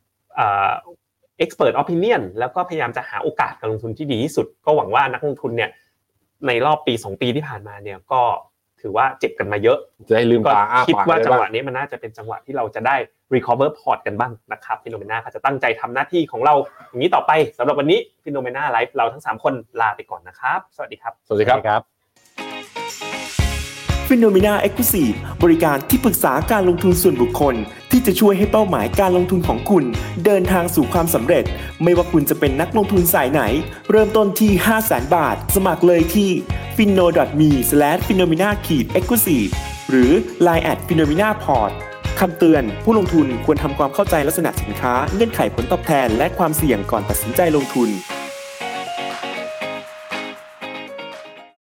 expert opinion แล้วก็พยายามจะหาโอกาสการลงทุนที่ดีที่สุดก็หวังว่านักลงทุนเนี่ยในรอบปี2ปีที่ผ่านมาเนี่ยก็ถือว่าเจ็บกันมาเยอะจะได้ลืมตาอ้าปากคิดว่าจังหวะนี้มันน่าจะเป็นจังหวะที่เราจะได้ recover port กันบ้างนะครับ Phenomena ก็จะตั้งใจทำหน้าที่ของเราอย่างนี้ต่อไปสำหรับวันนี้ Phenomena Live เราทั้ง3คนลาไปก่อนนะครับสวัสดีครับสวัสดีครับ Phenomena Exclusive บริการที่ปรึกษาการลงทุนส่วนบุคคลที่จะช่วยให้เป้าหมายการลงทุนของคุณเดินทางสู่ความสำเร็จไม่ว่าคุณจะเป็นนักลงทุนสายไหนเริ่มต้นที่ 500,000 บาทสมัครเลยที่ finno.me/phenomena-exclusive หรือ Line @phenomena-port คำเตือนผู้ลงทุนควรทำความเข้าใจลักษณะสินค้าเงื่อนไขผลตอบแทนและความเสี่ยงก่อนตัดสินใจลงทุน